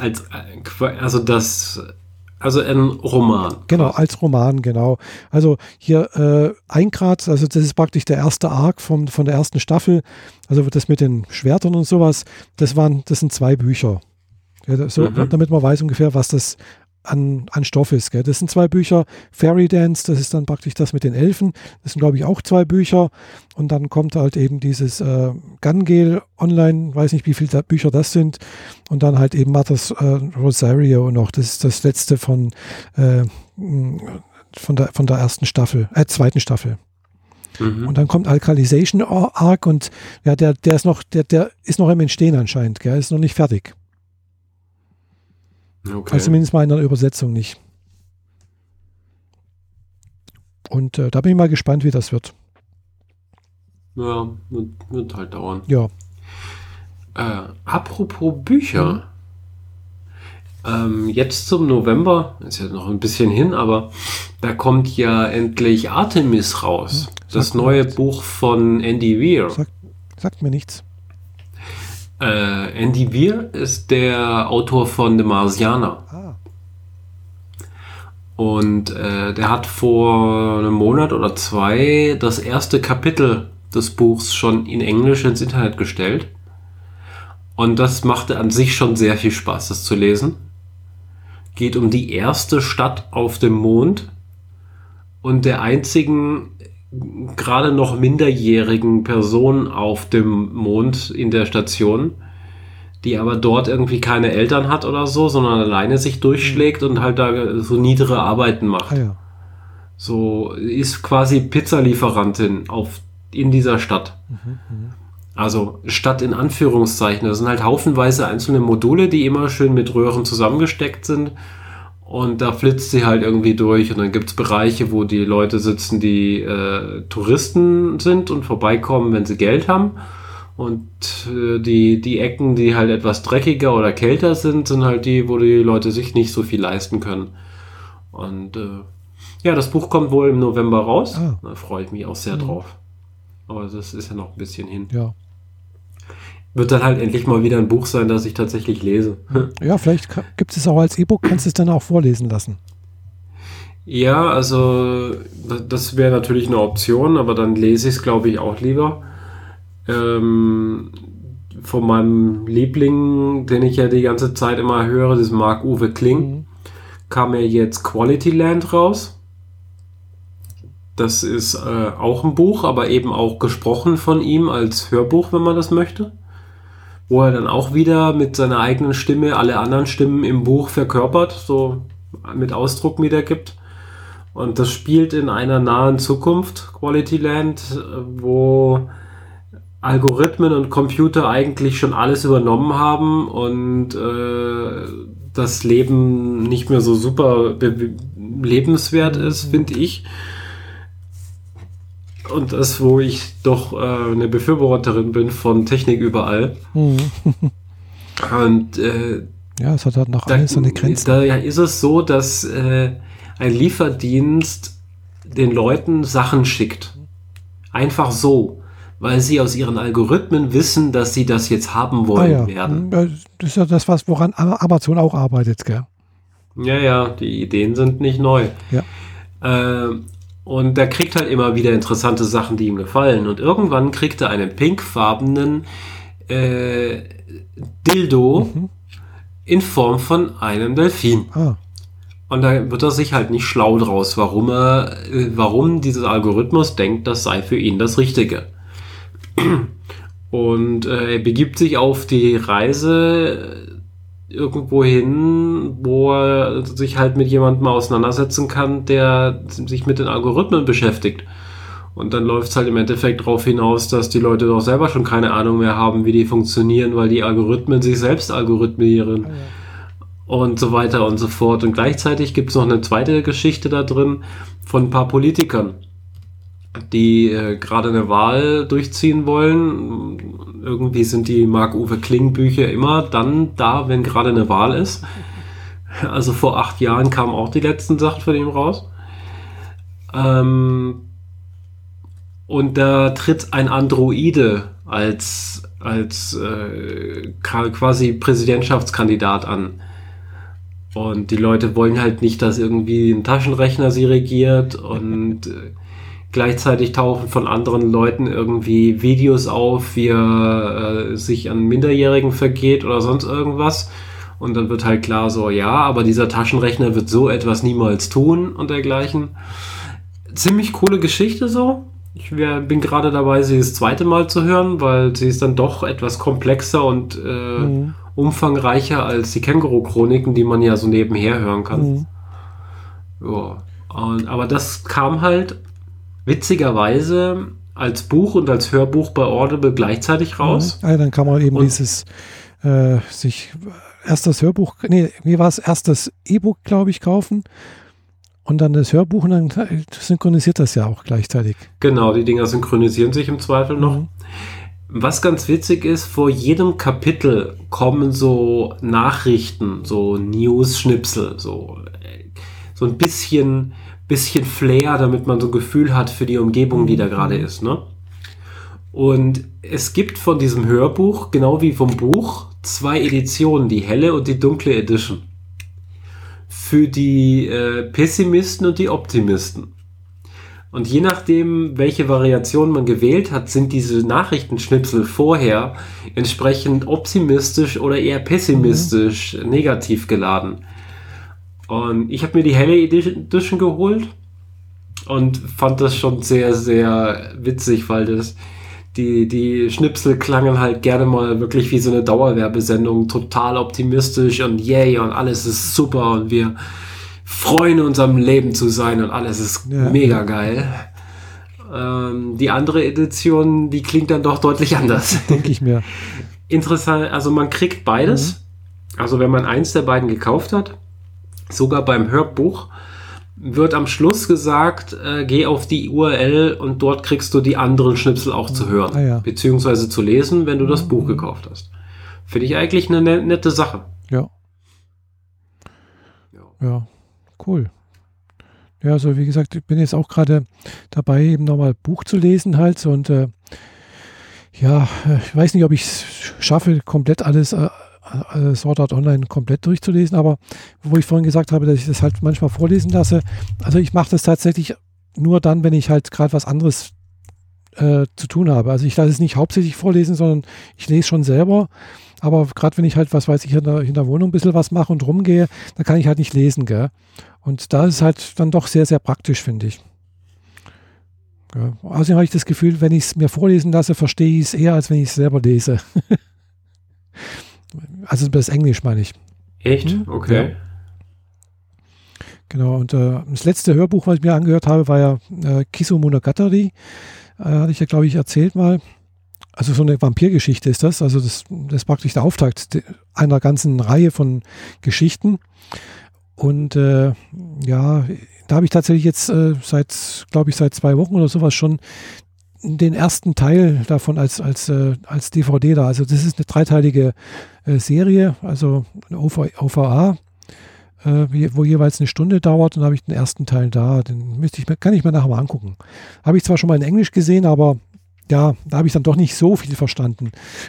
Also ein Roman. Genau, als Roman, genau. Also hier Eingrad, also das ist praktisch der erste Arc von der ersten Staffel. Also das mit den Schwertern und sowas, das sind 2 Bücher. Ja, damit man weiß ungefähr, was das an Stoff ist. Gell. Das sind 2 Bücher. Fairy Dance, das ist dann praktisch das mit den Elfen. Das sind, glaube ich, auch 2 Bücher. Und dann kommt halt eben dieses Gun Gale Online, weiß nicht, wie viele Bücher das sind. Und dann halt eben Mother's Rosario noch. Das ist das letzte von der ersten Staffel, zweiten Staffel. Und dann kommt Alkalization Arc und ja, der ist noch im Entstehen anscheinend. Gell. Ist noch nicht fertig. Okay. Also zumindest mal in der Übersetzung nicht. Und da bin ich mal gespannt, wie das wird. Ja, wird halt dauern. Ja. Apropos Bücher. Jetzt zum November, ist ja noch ein bisschen hin, aber da kommt ja endlich Artemis raus. Das neue Buch von Andy Weir. Sagt mir nichts. Andy Weir ist der Autor von The Marsianer. Und der hat vor einem Monat oder 2 das erste Kapitel des Buchs schon in Englisch ins Internet gestellt. Und das machte an sich schon sehr viel Spaß, das zu lesen. Geht um die erste Stadt auf dem Mond und der einzigen gerade noch minderjährigen Person auf dem Mond in der Station, die aber dort irgendwie keine Eltern hat oder so, sondern alleine sich durchschlägt und halt da so niedere Arbeiten macht. So ist quasi Pizzalieferantin in dieser Stadt. Also Stadt in Anführungszeichen. Das sind halt haufenweise einzelne Module, die immer schön mit Röhren zusammengesteckt sind. Und da flitzt sie halt irgendwie durch. Und dann gibt es Bereiche, wo die Leute sitzen, die Touristen sind und vorbeikommen, wenn sie Geld haben. Und die Ecken, die halt etwas dreckiger oder kälter sind, sind halt die, wo die Leute sich nicht so viel leisten können. Und ja, das Buch kommt wohl im November raus. Da freue ich mich auch sehr drauf. Aber das ist ja noch ein bisschen hin. Ja. Wird dann halt endlich mal wieder ein Buch sein, das ich tatsächlich lese. Ja, vielleicht gibt es auch als E-Book, kannst du es dann auch vorlesen lassen. Ja, also das wäre natürlich eine Option, aber dann lese ich es, glaube ich, auch lieber. Von meinem Liebling, den ich ja die ganze Zeit immer höre, das Marc-Uwe Kling, kam ja jetzt Quality Land raus. Das ist auch ein Buch, aber eben auch gesprochen von ihm als Hörbuch, wenn man das möchte. Wo er dann auch wieder mit seiner eigenen Stimme alle anderen Stimmen im Buch verkörpert, so mit Ausdruck wiedergibt. Und das spielt in einer nahen Zukunft, Quality Land, wo Algorithmen und Computer eigentlich schon alles übernommen haben und das Leben nicht mehr so super lebenswert ist, finde ich. Und das, wo ich doch eine Befürworterin bin von Technik überall. Und ja, es hat halt noch alles seine Grenzen. Da ist es so, dass ein Lieferdienst den Leuten Sachen schickt. Einfach so. Weil sie aus ihren Algorithmen wissen, dass sie das jetzt haben wollen werden. Das ist ja das, woran Amazon auch arbeitet, gell? Ja, die Ideen sind nicht neu. Ja. Und der kriegt halt immer wieder interessante Sachen, die ihm gefallen. Und irgendwann kriegt er einen pinkfarbenen Dildo in Form von einem Delfin. Und da wird er sich halt nicht schlau draus, warum dieser Algorithmus denkt, das sei für ihn das Richtige. Und er begibt sich auf die Reise irgendwo hin, wo er sich halt mit jemandem auseinandersetzen kann, der sich mit den Algorithmen beschäftigt. Und dann läuft es halt im Endeffekt darauf hinaus, dass die Leute doch selber schon keine Ahnung mehr haben, wie die funktionieren, weil die Algorithmen sich selbst algorithmieren. Und so weiter und so fort. Und gleichzeitig gibt es noch eine zweite Geschichte da drin von ein paar Politikern, die gerade eine Wahl durchziehen wollen. Irgendwie sind die Marc-Uwe Kling-Bücher immer dann da, wenn gerade eine Wahl ist. Also vor 8 Jahren kamen auch die letzten Sachen von ihm raus. Und da tritt ein Androide als quasi Präsidentschaftskandidat an. Und die Leute wollen halt nicht, dass irgendwie ein Taschenrechner sie regiert und gleichzeitig tauchen von anderen Leuten irgendwie Videos auf, wie er sich an Minderjährigen vergeht oder sonst irgendwas. Und dann wird halt klar so, ja, aber dieser Taschenrechner wird so etwas niemals tun und dergleichen. Ziemlich coole Geschichte so. Ich bin gerade dabei, sie das zweite Mal zu hören, weil sie ist dann doch etwas komplexer und umfangreicher als die Känguru-Chroniken, die man ja so nebenher hören kann. Ja. Aber das kam halt witzigerweise als Buch und als Hörbuch bei Audible gleichzeitig raus. Ja, dann kann man eben dieses sich erst das Hörbuch, wie war es, erst das E-Book, glaube ich, kaufen und dann das Hörbuch und dann synchronisiert das ja auch gleichzeitig. Genau, die Dinger synchronisieren sich im Zweifel noch. Mhm. Was ganz witzig ist, vor jedem Kapitel kommen so Nachrichten, so News-Schnipsel, so ein bisschen Flair, damit man so ein Gefühl hat für die Umgebung, die da gerade ist, ne? Und es gibt von diesem Hörbuch, genau wie vom Buch, 2 Editionen, die helle und die dunkle Edition. Für die Pessimisten und die Optimisten. Und je nachdem, welche Variation man gewählt hat, sind diese Nachrichtenschnipsel vorher entsprechend optimistisch oder eher pessimistisch negativ geladen. Und ich habe mir die helle Edition geholt und fand das schon sehr, sehr witzig, weil die Schnipsel klangen halt gerne mal wirklich wie so eine Dauerwerbesendung, total optimistisch und yay und alles ist super und wir freuen uns am Leben zu sein und alles ist mega geil. Die andere Edition, die klingt dann doch deutlich anders. Denke ich mir. Interessant, also man kriegt beides. Also wenn man eins der beiden gekauft hat, sogar beim Hörbuch, wird am Schluss gesagt, geh auf die URL und dort kriegst du die anderen Schnipsel auch zu hören. Beziehungsweise zu lesen, wenn du das Buch gekauft hast. Finde ich eigentlich eine nette Sache. Ja, cool. Ja, also wie gesagt, ich bin jetzt auch gerade dabei, eben nochmal Buch zu lesen halt und ich weiß nicht, ob ich es schaffe, komplett alles Sword Art Online komplett durchzulesen, aber wo ich vorhin gesagt habe, dass ich das halt manchmal vorlesen lasse, also ich mache das tatsächlich nur dann, wenn ich halt gerade was anderes zu tun habe. Also ich lasse es nicht hauptsächlich vorlesen, sondern ich lese schon selber, aber gerade wenn ich halt, was weiß ich, in der Wohnung ein bisschen was mache und rumgehe, dann kann ich halt nicht lesen, gell? Und da ist es halt dann doch sehr, sehr praktisch, finde ich. Ja. Außerdem habe ich das Gefühl, wenn ich es mir vorlesen lasse, verstehe ich es eher, als wenn ich es selber lese. Also das Englisch meine ich. Echt? Okay. Ja. Genau, und das letzte Hörbuch, was ich mir angehört habe, war ja Kisu-Monogatari. Hatte ich ja, glaube ich, erzählt mal. Also so eine Vampirgeschichte ist das. Also das ist praktisch der Auftakt einer ganzen Reihe von Geschichten. Und da habe ich tatsächlich jetzt seit 2 Wochen oder sowas schon den ersten Teil davon als DVD da. Also das ist eine 3-teilige Serie, also eine OVA, wo jeweils eine Stunde dauert, und da habe ich den ersten Teil da. Den kann ich mir nachher mal angucken. Habe ich zwar schon mal in Englisch gesehen, aber ja, da habe ich dann doch nicht so viel verstanden.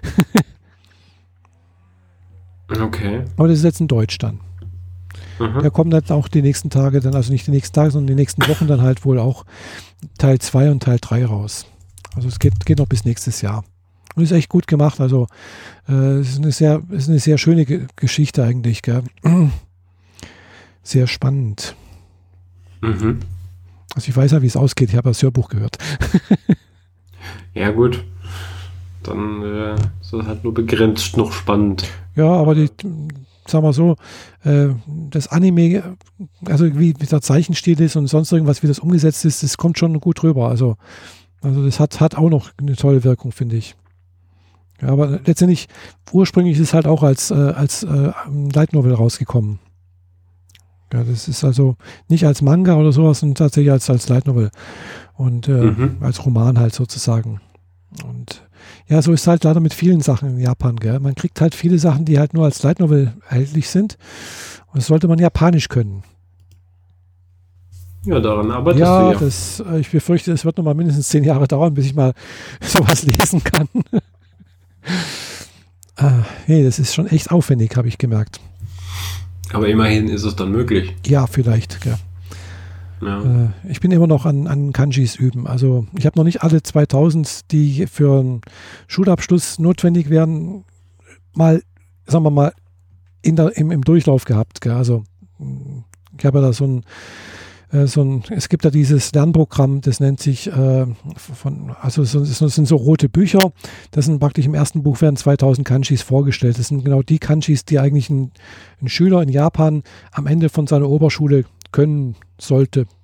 Okay. Aber das ist jetzt in Deutsch dann. Der kommt dann auch die nächsten Tage, also nicht die nächsten Tage, sondern die nächsten Wochen dann halt wohl auch Teil 2 und Teil 3 raus. Also es geht noch bis nächstes Jahr. Und ist echt gut gemacht. Also es ist eine sehr schöne Geschichte eigentlich, gell? Sehr spannend. Also ich weiß ja, wie es ausgeht. Ich habe das Hörbuch gehört. Ja gut. Dann ist das halt nur begrenzt noch spannend. Ja, aber sagen wir so, das Anime, also wie der Zeichenstil ist und sonst irgendwas, wie das umgesetzt ist, das kommt schon gut rüber. Also das hat auch noch eine tolle Wirkung, finde ich. Ja, aber letztendlich, ursprünglich ist es halt auch als Light Novel rausgekommen. Ja, das ist also nicht als Manga oder sowas, sondern tatsächlich als Light Novel und als Roman halt sozusagen. Und ja, so ist es halt leider mit vielen Sachen in Japan, gell? Man kriegt halt viele Sachen, die halt nur als Light Novel erhältlich sind, und das sollte man Japanisch können. Ja, daran arbeitest du ja. Ich befürchte, es wird noch mal mindestens 10 Jahre dauern, bis ich mal sowas lesen kann. Nee, das ist schon echt aufwendig, habe ich gemerkt. Aber immerhin ist es dann möglich. Ja, vielleicht, gell. Ja. Ich bin immer noch an Kanjis üben. Also ich habe noch nicht alle 2000, die für einen Schulabschluss notwendig wären, mal, sagen wir mal, im Durchlauf gehabt. Gell? Also ich habe ja da es gibt ja dieses Lernprogramm, das nennt sich das sind so rote Bücher. Das sind praktisch im ersten Buch werden 2000 Kanjis vorgestellt. Das sind genau die Kanjis, die eigentlich ein Schüler in Japan am Ende von seiner Oberschule können sollte,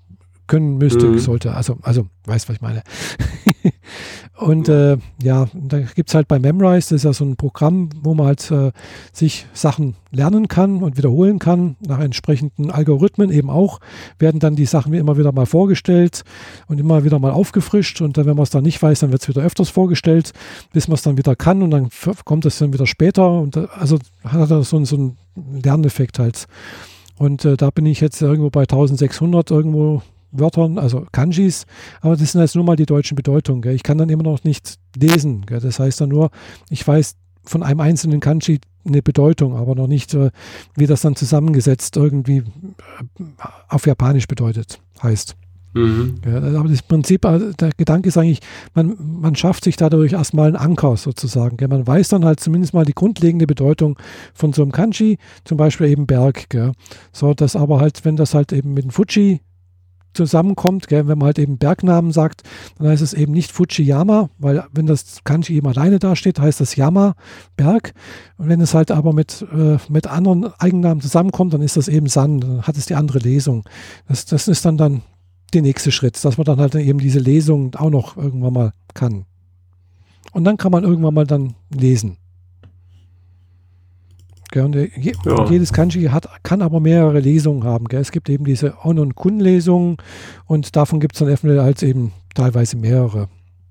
können müsste, sollte. Also weißt, was ich meine. Und da gibt es halt bei Memrise, das ist ja so ein Programm, wo man halt sich Sachen lernen kann und wiederholen kann, nach entsprechenden Algorithmen eben auch, werden dann die Sachen immer wieder mal vorgestellt und immer wieder mal aufgefrischt und dann, wenn man es dann nicht weiß, dann wird es wieder öfters vorgestellt, bis man es dann wieder kann und dann kommt es dann wieder später und also hat er so einen Lerneffekt halt. Und da bin ich jetzt irgendwo bei 1600 irgendwo Wörtern, also Kanjis, aber das sind jetzt nur mal die deutschen Bedeutungen. Gell? Ich kann dann immer noch nicht lesen. Gell? Das heißt dann nur, ich weiß von einem einzelnen Kanji eine Bedeutung, aber noch nicht, wie das dann zusammengesetzt irgendwie auf Japanisch heißt. Ja, aber das Prinzip, der Gedanke ist eigentlich, man schafft sich dadurch erstmal einen Anker sozusagen. Gell? Man weiß dann halt zumindest mal die grundlegende Bedeutung von so einem Kanji, zum Beispiel eben Berg. Gell? So, dass aber halt, wenn das halt eben mit dem Fuji zusammenkommt, gell, wenn man halt eben Bergnamen sagt, dann heißt es eben nicht Fujiyama, weil wenn das Kanji eben alleine dasteht, heißt das Yama, Berg. Und wenn es halt aber mit anderen Eigennamen zusammenkommt, dann ist das eben San, dann hat es die andere Lesung. Das ist dann der nächste Schritt, dass man dann halt eben diese Lesung auch noch irgendwann mal kann. Und dann kann man irgendwann mal dann lesen. Gell, und jedes Kanji kann aber mehrere Lesungen haben. Gell. Es gibt eben diese On- und Kun-Lesungen und davon gibt es dann halt eben teilweise mehrere.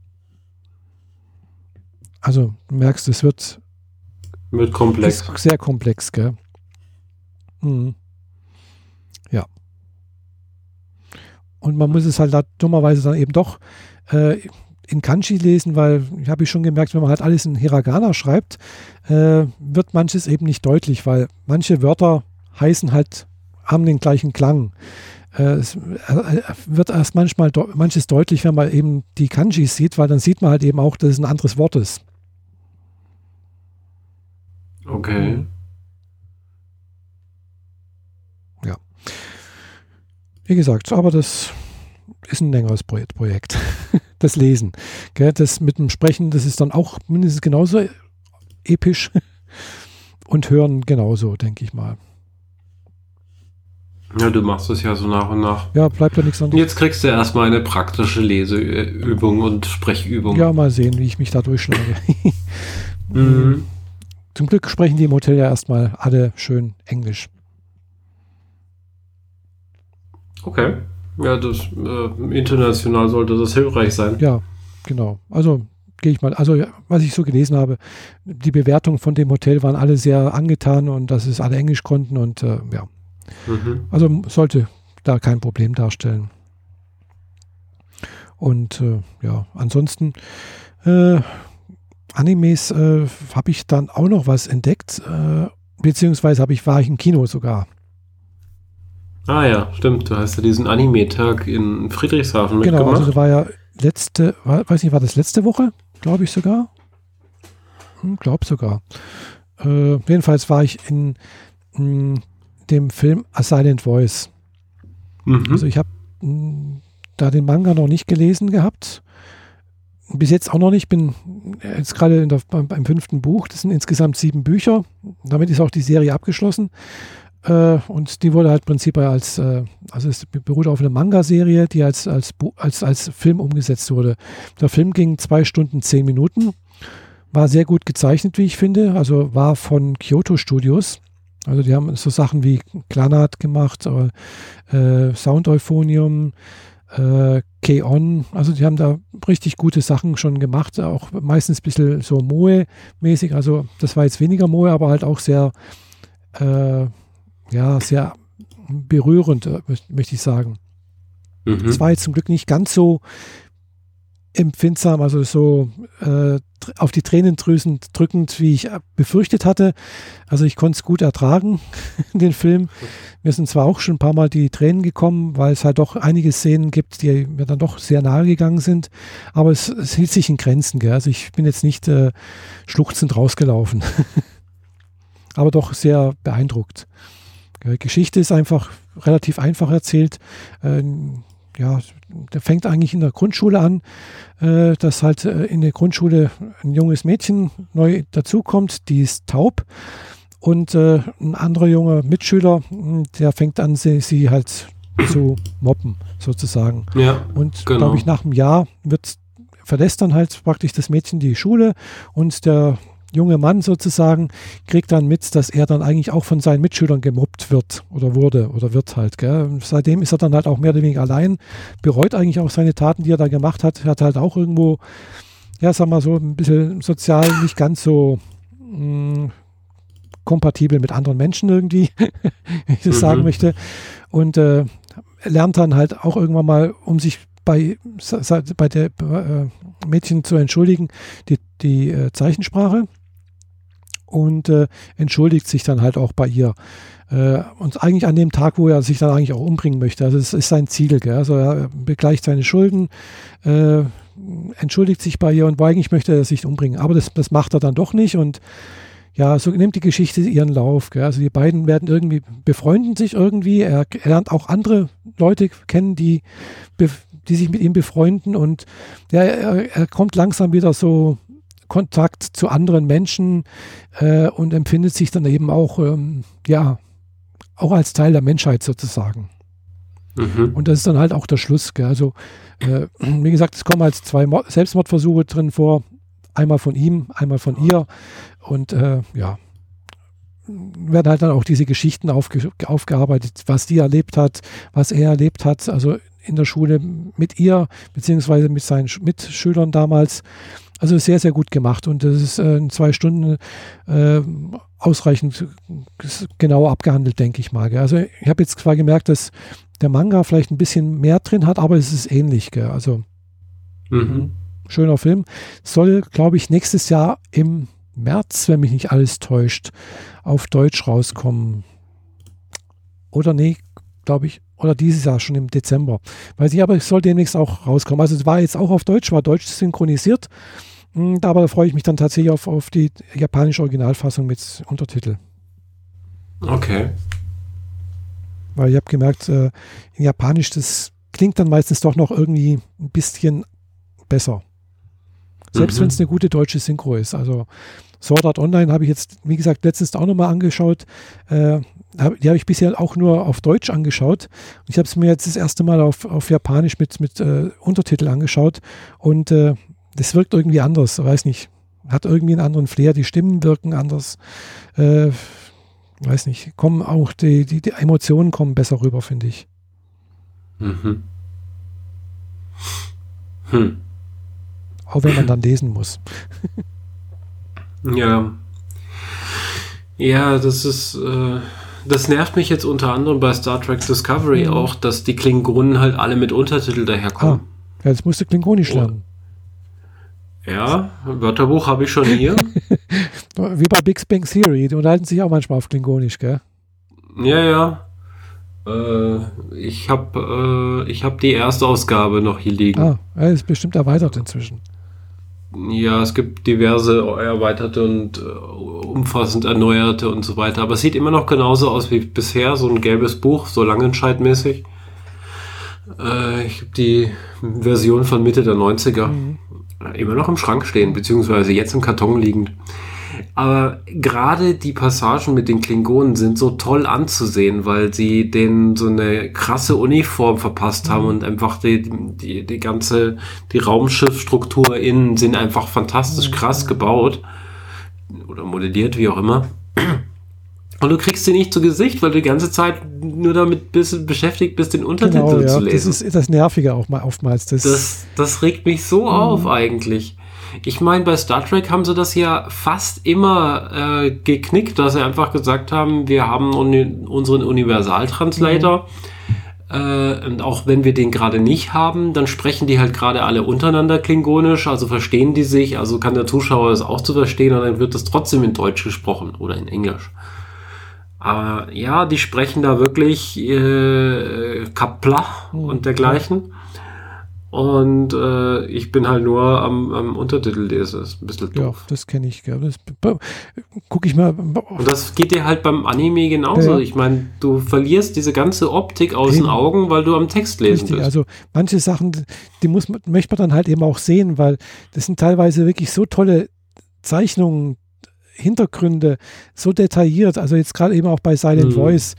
Also du merkst, es wird komplex. Sehr komplex, gell? Ja. Und man muss es halt dummerweise dann eben doch in Kanji lesen, weil ich habe schon gemerkt, wenn man halt alles in Hiragana schreibt, wird manches eben nicht deutlich, weil manche Wörter haben den gleichen Klang. Es wird erst manches deutlich, wenn man eben die Kanjis sieht, weil dann sieht man halt eben auch, dass es ein anderes Wort ist. Okay. Ja. Wie gesagt, aber das ist ein längeres Projekt. Das Lesen. Gell? Das mit dem Sprechen, das ist dann auch mindestens genauso episch und Hören genauso, denke ich mal. Ja, du machst es ja so nach und nach. Ja, bleibt ja nichts anderes. Jetzt kriegst du erstmal eine praktische Leseübung und Sprechübung. Ja, mal sehen, wie ich mich da durchschlage. Zum Glück sprechen die im Hotel ja erstmal alle schön Englisch. Okay. Ja, international sollte das hilfreich sein. Ja, genau. Also gehe ich mal, was ich so gelesen habe, die Bewertungen von dem Hotel waren alle sehr angetan und dass es alle Englisch konnten und ja. Also sollte da kein Problem darstellen. Und ja, ansonsten Animes habe ich dann auch noch was entdeckt, beziehungsweise war ich im Kino sogar. Ah ja, stimmt. Du hast ja diesen Anime-Tag in Friedrichshafen mitgemacht. Genau, also da war ja war das letzte Woche? Glaube ich sogar. Glaub sogar. Jedenfalls war ich in dem Film A Silent Voice. Also ich habe da den Manga noch nicht gelesen gehabt. Bis jetzt auch noch nicht. Bin jetzt gerade beim 5. Buch. Das sind insgesamt 7 Bücher. Damit ist auch die Serie abgeschlossen. Und die wurde halt prinzipiell also es beruht auf einer Manga-Serie, die als Film umgesetzt wurde. Der Film ging 2 Stunden 10 Minuten. War sehr gut gezeichnet, wie ich finde. Also war von Kyoto Studios. Also die haben so Sachen wie Clanat gemacht, Sound Euphonium, K-On. Also die haben da richtig gute Sachen schon gemacht. Auch meistens ein bisschen so Moe-mäßig. Also das war jetzt weniger Moe, aber halt auch sehr sehr berührend, möchte ich sagen. Es war jetzt zum Glück nicht ganz so empfindsam, also so auf die Tränendrüsen drückend, wie ich befürchtet hatte. Also ich konnte es gut ertragen, den Film. Mir sind zwar auch schon ein paar Mal die Tränen gekommen, weil es halt doch einige Szenen gibt, die mir dann doch sehr nahe gegangen sind, aber es hielt sich in Grenzen. Gell? Also ich bin jetzt nicht schluchzend rausgelaufen, aber doch sehr beeindruckt. Geschichte ist einfach relativ einfach erzählt. Der fängt eigentlich in der Grundschule an, dass halt in der Grundschule ein junges Mädchen neu dazukommt, die ist taub und ein anderer junger Mitschüler, der fängt an, sie halt zu mobben, sozusagen. Ja, und genau. glaube ich, nach einem Jahr verlässt dann halt praktisch das Mädchen die Schule und der junge Mann sozusagen kriegt dann mit, dass er dann eigentlich auch von seinen Mitschülern gemobbt wird oder wurde oder wird halt. Gell. Und seitdem ist er dann halt auch mehr oder weniger allein, bereut eigentlich auch seine Taten, die er da gemacht hat. Er hat halt auch irgendwo, ja, sag mal so, ein bisschen sozial nicht ganz so kompatibel mit anderen Menschen irgendwie, wenn ich das sagen möchte. Und lernt dann halt auch irgendwann mal, um sich bei der Mädchen zu entschuldigen, die Zeichensprache und entschuldigt sich dann halt auch bei ihr. Und eigentlich an dem Tag, wo er sich dann eigentlich auch umbringen möchte. Also das ist sein Ziel. Gell? Also er begleicht seine Schulden, entschuldigt sich bei ihr und eigentlich möchte er sich umbringen. Aber das macht er dann doch nicht und ja, so nimmt die Geschichte ihren Lauf. Gell? Also die beiden werden irgendwie, befreunden sich irgendwie. Er lernt auch andere Leute kennen, die sich mit ihm befreunden und ja, er kommt langsam wieder so Kontakt zu anderen Menschen und empfindet sich dann eben auch, auch als Teil der Menschheit sozusagen. Und das ist dann halt auch der Schluss. Gell? Also, wie gesagt, es kommen halt 2 Selbstmordversuche drin vor. Einmal von ihm, einmal von ihr. Und werden halt dann auch diese Geschichten aufgearbeitet, was die erlebt hat, was er erlebt hat, also in der Schule mit ihr, beziehungsweise mit seinen Mitschülern damals. Also sehr, sehr gut gemacht und das ist in 2 Stunden ausreichend genau abgehandelt, denke ich mal. Gell? Also ich habe jetzt zwar gemerkt, dass der Manga vielleicht ein bisschen mehr drin hat, aber es ist ähnlich. Gell? Also schöner Film. Soll, glaube ich, nächstes Jahr im März, wenn mich nicht alles täuscht, auf Deutsch rauskommen. Oder nee, glaube ich, oder dieses Jahr schon im Dezember. Weiß ich, aber es soll demnächst auch rauskommen. Also es war jetzt auch auf Deutsch, war deutsch synchronisiert. Aber da freue ich mich dann tatsächlich auf die japanische Originalfassung mit Untertitel. Okay. Weil ich habe gemerkt, in Japanisch, das klingt dann meistens doch noch irgendwie ein bisschen besser. Selbst wenn es eine gute deutsche Synchro ist. Also Sword Art Online habe ich jetzt, wie gesagt, letztens auch nochmal angeschaut. Die habe ich bisher auch nur auf Deutsch angeschaut. Ich habe es mir jetzt das erste Mal auf Japanisch mit Untertitel angeschaut und das wirkt irgendwie anders. Ich weiß nicht. Hat irgendwie einen anderen Flair. Die Stimmen wirken anders. Weiß nicht. Kommen auch die Emotionen kommen besser rüber, finde ich. Auch wenn man dann lesen muss. Ja. Ja, das ist, das nervt mich jetzt unter anderem bei Star Trek Discovery auch, dass die Klingonen halt alle mit Untertitel daherkommen. Ja, jetzt musst du Klingonisch lernen. Ja, Wörterbuch habe ich schon hier. Wie bei Big Bang Theory, die unterhalten sich auch manchmal auf Klingonisch, gell? Ja. Ich hab die erste Ausgabe noch hier liegen. Das ist bestimmt erweitert inzwischen. Ja, es gibt diverse erweiterte und umfassend erneuerte und so weiter. Aber es sieht immer noch genauso aus wie bisher, so ein gelbes Buch, so Langenscheid-mäßig. Ich habe die Version von Mitte der 90er immer noch im Schrank stehen, beziehungsweise jetzt im Karton liegend. Aber gerade die Passagen mit den Klingonen sind so toll anzusehen, weil sie denen so eine krasse Uniform verpasst haben und einfach die ganze, die Raumschiffstruktur innen sind einfach fantastisch krass gebaut oder modelliert, wie auch immer. Und du kriegst sie nicht zu Gesicht, weil du die ganze Zeit nur damit beschäftigt bist, den Untertitel zu lesen. Das ist das Nervige auch mal oftmals. Das regt mich so auf eigentlich. Ich meine, bei Star Trek haben sie das ja fast immer geknickt, dass sie einfach gesagt haben, wir haben unseren Universaltranslator und auch wenn wir den gerade nicht haben, dann sprechen die halt gerade alle untereinander klingonisch, also verstehen die sich, also kann der Zuschauer das auch zu verstehen und dann wird das trotzdem in Deutsch gesprochen oder in Englisch. Aber ja, die sprechen da wirklich Kapla und dergleichen. Und ich bin halt nur am Untertitel lesen. Das ist ein bisschen doof. Ja, das kenne ich. Das gucke ich mal. Und das geht dir halt beim Anime genauso. Ja. Ich meine, du verlierst diese ganze Optik aus den Augen, weil du am Text lesen bist. Also manche Sachen, die möchte man dann halt eben auch sehen, weil das sind teilweise wirklich so tolle Zeichnungen, Hintergründe, so detailliert. Also jetzt gerade eben auch bei Silent Voice.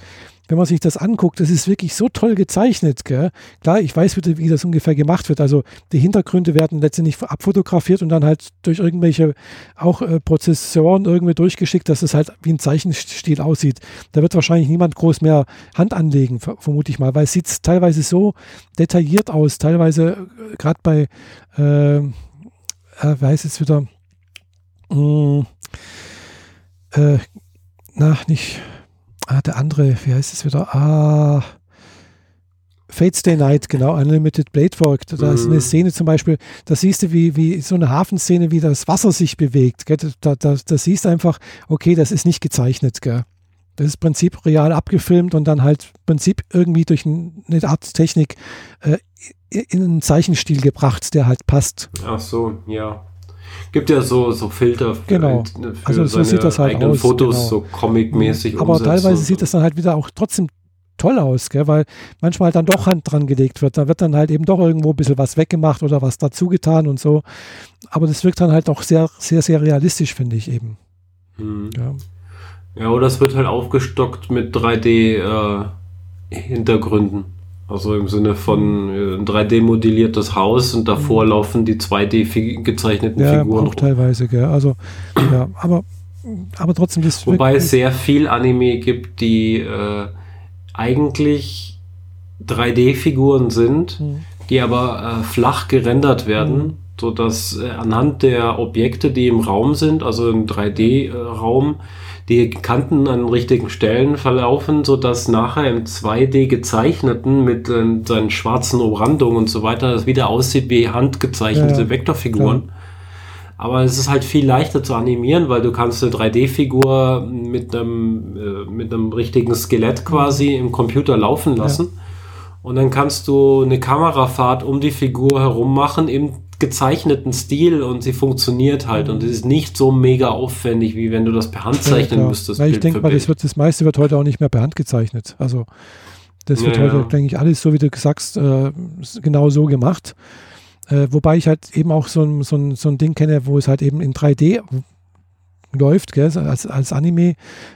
wenn man sich das anguckt, das ist wirklich so toll gezeichnet. Gell? Klar, ich weiß, wie das ungefähr gemacht wird. Also die Hintergründe werden letztendlich abfotografiert und dann halt durch irgendwelche auch Prozessoren irgendwie durchgeschickt, dass es halt wie ein Zeichenstil aussieht. Da wird wahrscheinlich niemand groß mehr Hand anlegen, vermute ich mal, weil es sieht teilweise so detailliert aus. Teilweise gerade bei, wie heißt es wieder, der andere, wie heißt es wieder? Fate Stay Night, genau, Unlimited Blade Work. Da ist eine Szene zum Beispiel, da siehst du, wie so eine Hafenszene, wie das Wasser sich bewegt. Gell? Da siehst du einfach, okay, das ist nicht gezeichnet. Gell? Das ist im Prinzip real abgefilmt und dann halt im Prinzip irgendwie durch eine Art Technik in einen Zeichenstil gebracht, der halt passt. Ach so, ja. Gibt ja so Filter für, genau. für also so sieht das halt eigenen aus, Fotos, genau. so comic-mäßig aber teilweise umsetzen. sieht das dann halt wieder auch trotzdem toll aus, gell? Weil manchmal halt dann doch Hand dran gelegt wird. Da wird dann halt eben doch irgendwo ein bisschen was weggemacht oder was dazu getan und so. Aber das wirkt dann halt auch sehr, sehr, sehr realistisch, finde ich eben. Ja, oder es wird halt aufgestockt mit 3D-Hintergründen. Also im Sinne von ein 3D-modelliertes Haus und davor laufen die 2D gezeichneten Figuren. Ja, auch teilweise, gell. Also, ja, aber trotzdem das. Wobei es sehr viel Anime gibt, die eigentlich 3D-Figuren sind, die aber flach gerendert werden, sodass anhand der Objekte, die im Raum sind, also im 3D-Raum, die Kanten an richtigen Stellen verlaufen, sodass nachher im 2D gezeichneten mit seinen schwarzen Umrandungen und so weiter das wieder aussieht wie handgezeichnete Vektorfiguren. Klar. Aber es ist halt viel leichter zu animieren, weil du kannst eine 3D-Figur mit einem richtigen Skelett quasi im Computer laufen lassen. Ja. Und dann kannst du eine Kamerafahrt um die Figur herum machen im gezeichneten Stil und sie funktioniert halt und es ist nicht so mega aufwendig, wie wenn du das per Hand zeichnen müsstest. Weil ich denke mal, das meiste wird heute auch nicht mehr per Hand gezeichnet. Also das wird heute, denke ich, alles, so wie du sagst, genau so gemacht. Wobei ich halt eben auch so ein Ding kenne, wo es halt eben in 3D läuft, gell, als Anime.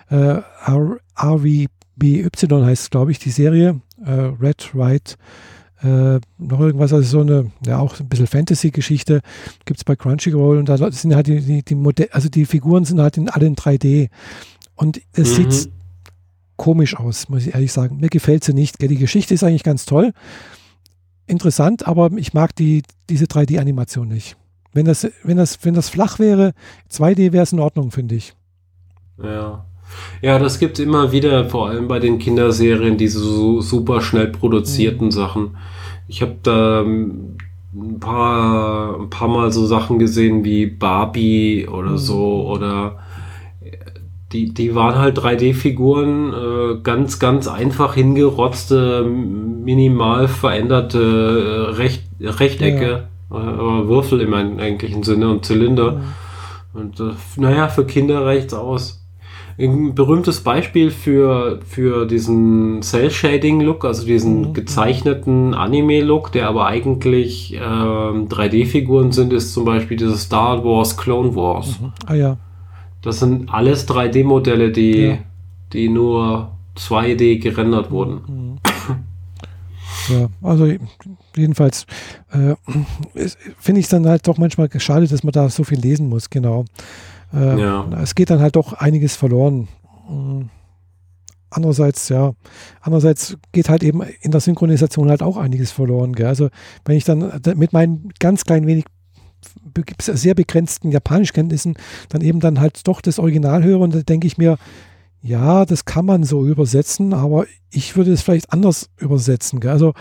RWBY heißt es, glaube ich, die Serie. Red, Right, noch irgendwas, also so eine, ja, auch ein bisschen Fantasy-Geschichte gibt es bei Crunchyroll und da sind halt die Modelle, also die Figuren sind halt alle in 3D und es sieht komisch aus, muss ich ehrlich sagen. Mir gefällt sie nicht. Die Geschichte ist eigentlich ganz toll, interessant, aber ich mag diese 3D-Animation nicht. Wenn das flach wäre, 2D wäre es in Ordnung, finde ich. Ja, das gibt es immer wieder, vor allem bei den Kinderserien, diese so super schnell produzierten Sachen. Ich habe da ein paar Mal so Sachen gesehen wie Barbie oder so, oder die waren halt 3D-Figuren, ganz, ganz einfach hingerotzte, minimal veränderte Rechtecke, Würfel im eigentlichen Sinne und Zylinder. Und für Kinder reicht's aus. Ein berühmtes Beispiel für diesen Cell-Shading-Look, also diesen gezeichneten Anime-Look, der aber eigentlich 3D-Figuren sind, ist zum Beispiel dieses Star Wars Clone Wars. Ah ja. Das sind alles 3D-Modelle, die nur 2D gerendert wurden. Ja, also jedenfalls finde ich es dann halt doch manchmal schade, dass man da so viel lesen muss, genau. Es geht dann halt doch einiges verloren. Andererseits geht halt eben in der Synchronisation halt auch einiges verloren. Gell? Also wenn ich dann mit meinen ganz klein wenig sehr begrenzten Japanischkenntnissen dann eben dann halt doch das Original höre und da denke ich mir, ja, das kann man so übersetzen, aber ich würde es vielleicht anders übersetzen. Gell? Also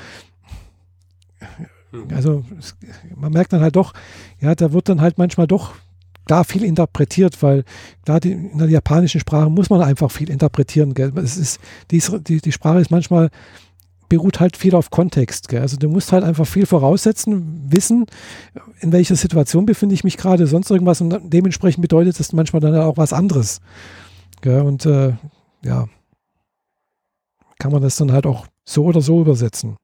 man merkt dann halt doch, ja, da wird dann halt manchmal doch da viel interpretiert, weil da in der japanischen Sprache muss man einfach viel interpretieren. Gell? Es ist, die Sprache ist manchmal, beruht halt viel auf Kontext. Gell? Also du musst halt einfach viel voraussetzen, wissen, in welcher Situation befinde ich mich gerade, sonst irgendwas und dementsprechend bedeutet das manchmal dann auch was anderes. Gell? Und kann man das dann halt auch so oder so übersetzen.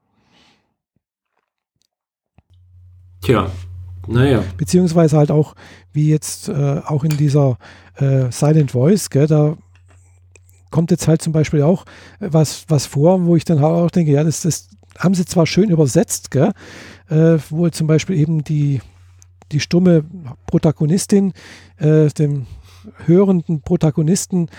Tja. Naja. Beziehungsweise halt auch, wie jetzt auch in dieser Silent Voice, gell, da kommt jetzt halt zum Beispiel auch was vor, wo ich dann halt auch denke, ja, das haben sie zwar schön übersetzt, gell? Wo zum Beispiel eben die stumme Protagonistin, dem hörenden Protagonisten,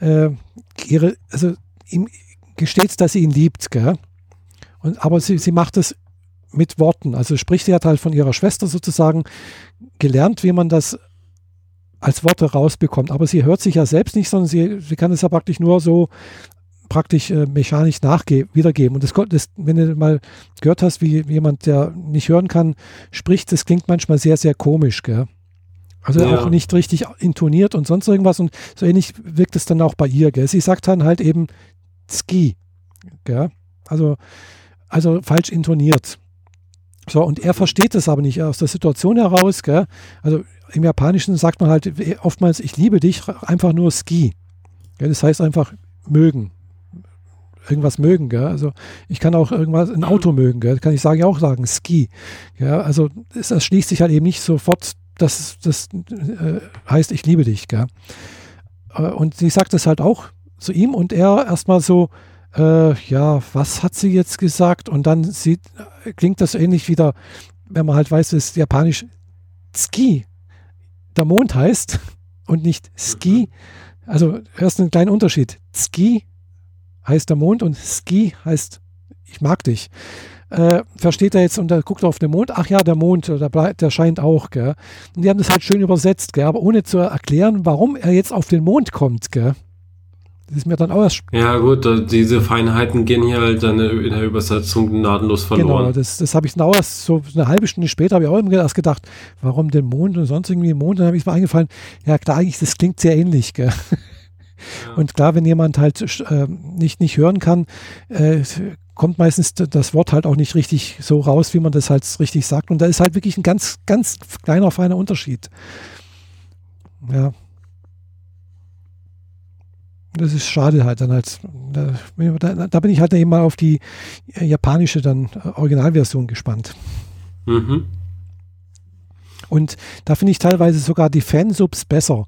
ihm gesteht, dass sie ihn liebt, gell? Aber sie macht es mit Worten. Also sprich, sie hat halt von ihrer Schwester sozusagen gelernt, wie man das als Worte rausbekommt. Aber sie hört sich ja selbst nicht, sondern sie kann es ja praktisch nur so mechanisch wiedergeben. Und das, wenn du mal gehört hast, wie jemand, der nicht hören kann, spricht, das klingt manchmal sehr, sehr komisch, gell? Also auch nicht richtig intoniert und sonst irgendwas. Und so ähnlich wirkt es dann auch bei ihr, gell? Sie sagt dann halt eben Ski, gell? Also falsch intoniert. So, und er versteht das aber nicht aus der Situation heraus, gell? Also im Japanischen sagt man halt oftmals, ich liebe dich, einfach nur Ski. Gell? Das heißt einfach mögen. Irgendwas mögen, gell? Also ich kann auch ein Auto mögen, gell? Kann ich auch sagen, Ski. Ja, also das schließt sich halt eben nicht sofort, das heißt, ich liebe dich, gell? Und sie sagt das halt auch zu ihm und er erstmal so, was hat sie jetzt gesagt? Und dann klingt das ähnlich wieder, wenn man halt weiß, dass Japanisch Tsuki der Mond heißt und nicht Ski. Also hörst du einen kleinen Unterschied. Tsuki heißt der Mond und Ski heißt ich mag dich. Versteht er jetzt und er guckt auf den Mond, ach ja, der Mond, der scheint auch, gell? Und die haben das halt schön übersetzt, gell? Aber ohne zu erklären, warum er jetzt auf den Mond kommt, gell? Das ist mir dann auch erst... Ja gut, diese Feinheiten gehen hier halt dann in der Übersetzung gnadenlos verloren. Genau, das habe ich dann auch erst so eine halbe Stunde später, habe ich auch erst gedacht, warum den Mond und sonst irgendwie den Mond? Dann habe ich mir eingefallen, ja klar, eigentlich, das klingt sehr ähnlich, gell? Ja. Und klar, wenn jemand halt nicht hören kann, kommt meistens das Wort halt auch nicht richtig so raus, wie man das halt richtig sagt. Und da ist halt wirklich ein ganz, ganz kleiner, feiner Unterschied. Ja. Das ist schade halt dann halt. Da bin ich halt eben mal auf die japanische dann Originalversion gespannt. Mhm. Und da finde ich teilweise sogar die Fansubs besser.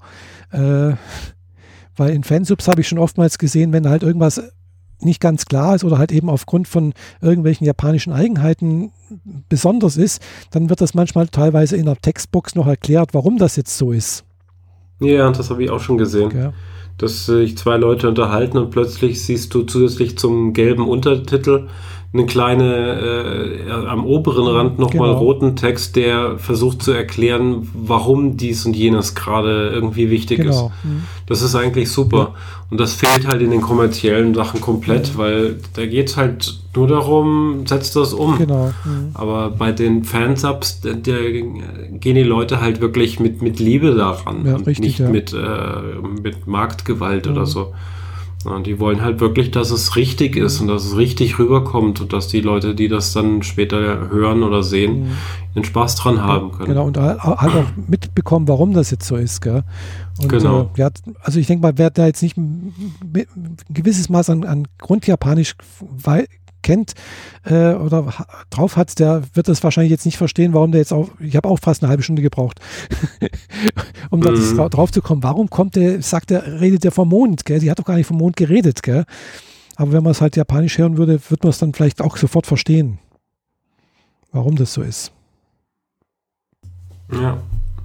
Weil in Fansubs habe ich schon oftmals gesehen, wenn halt irgendwas nicht ganz klar ist oder halt eben aufgrund von irgendwelchen japanischen Eigenheiten besonders ist, dann wird das manchmal teilweise in der Textbox noch erklärt, warum das jetzt so ist. Ja, das habe ich auch schon gesehen. Okay. Dass sich zwei Leute unterhalten und plötzlich siehst du zusätzlich zum gelben Untertitel eine kleine, am oberen Rand nochmal roten Text, der versucht zu erklären, warum dies und jenes gerade irgendwie wichtig ist. Das ist eigentlich super. Ja. Und das fehlt halt in den kommerziellen Sachen komplett, weil da geht es halt nur darum, setzt das um. Genau. Aber bei den Fansubs, da gehen die Leute halt wirklich mit Liebe daran und richtig, nicht mit Marktgewalt oder so. Und die wollen halt wirklich, dass es richtig ist und dass es richtig rüberkommt und dass die Leute, die das dann später hören oder sehen, den Spaß dran haben können. Genau, und halt auch mitbekommen, warum das jetzt so ist. Gell? Und, genau. Also ich denke mal, wer da jetzt nicht ein gewisses Maß an Grundjapanisch kennt oder drauf hat, der wird das wahrscheinlich jetzt nicht verstehen, warum der jetzt auch, ich habe auch fast eine halbe Stunde gebraucht, um da drauf zu kommen. Warum redet der vom Mond, gell? Die hat doch gar nicht vom Mond geredet, gell? Aber wenn man es halt japanisch hören würde, wird man es dann vielleicht auch sofort verstehen, warum das so ist. Ja.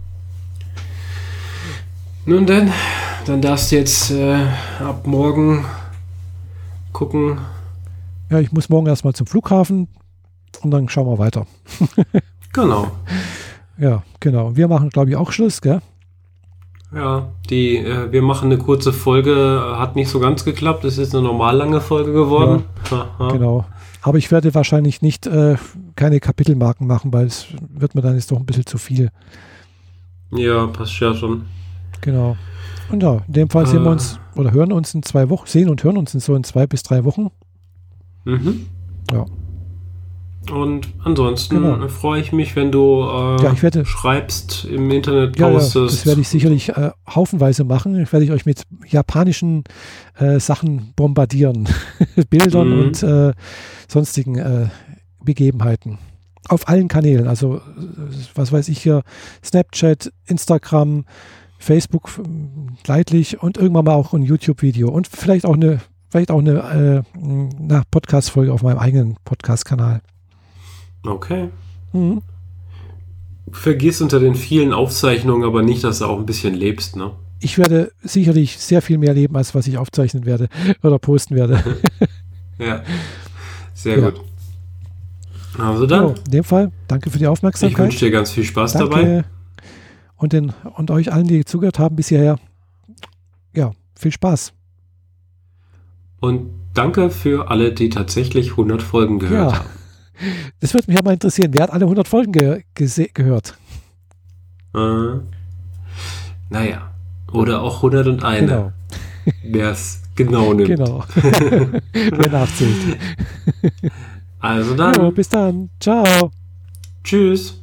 Nun denn, dann darfst du jetzt ab morgen gucken. Ja, ich muss morgen erstmal zum Flughafen und dann schauen wir weiter. Genau. Ja, genau. Wir machen, glaube ich, auch Schluss, gell? Ja, wir machen eine kurze Folge, hat nicht so ganz geklappt, ist jetzt eine normal lange Folge geworden. Ja, genau. Aber ich werde wahrscheinlich nicht keine Kapitelmarken machen, weil es wird mir dann jetzt doch ein bisschen zu viel. Ja, passt ja schon. Genau. Und ja, in dem Fall sehen wir uns oder hören uns in 2 Wochen, sehen und hören uns in so in 2 bis 3 Wochen. Mhm. Ja. Und ansonsten freue ich mich, wenn du schreibst, im Internet postest. Ja, das werde ich sicherlich haufenweise machen. Ich werde euch mit japanischen Sachen bombardieren. Bildern und sonstigen Begebenheiten. Auf allen Kanälen. Also, was weiß ich hier, Snapchat, Instagram, Facebook leidlich und irgendwann mal auch ein YouTube-Video und vielleicht auch eine Podcast-Folge auf meinem eigenen Podcast-Kanal. Okay. Vergiss unter den vielen Aufzeichnungen aber nicht, dass du auch ein bisschen lebst, ne? Ich werde sicherlich sehr viel mehr leben, als was ich aufzeichnen werde oder posten werde. Ja, sehr gut. Also dann. In dem Fall, danke für die Aufmerksamkeit. Ich wünsche dir ganz viel Spaß dabei. Und euch allen, die zugehört haben bis hierher, ja, viel Spaß. Und danke für alle, die tatsächlich 100 Folgen gehört haben. Das würde mich aber interessieren. Wer hat alle 100 Folgen gehört? Naja. Oder auch 101. Genau. Wer es genau nimmt. Genau. Wer nachzählt. Also dann. Jo, bis dann. Ciao. Tschüss.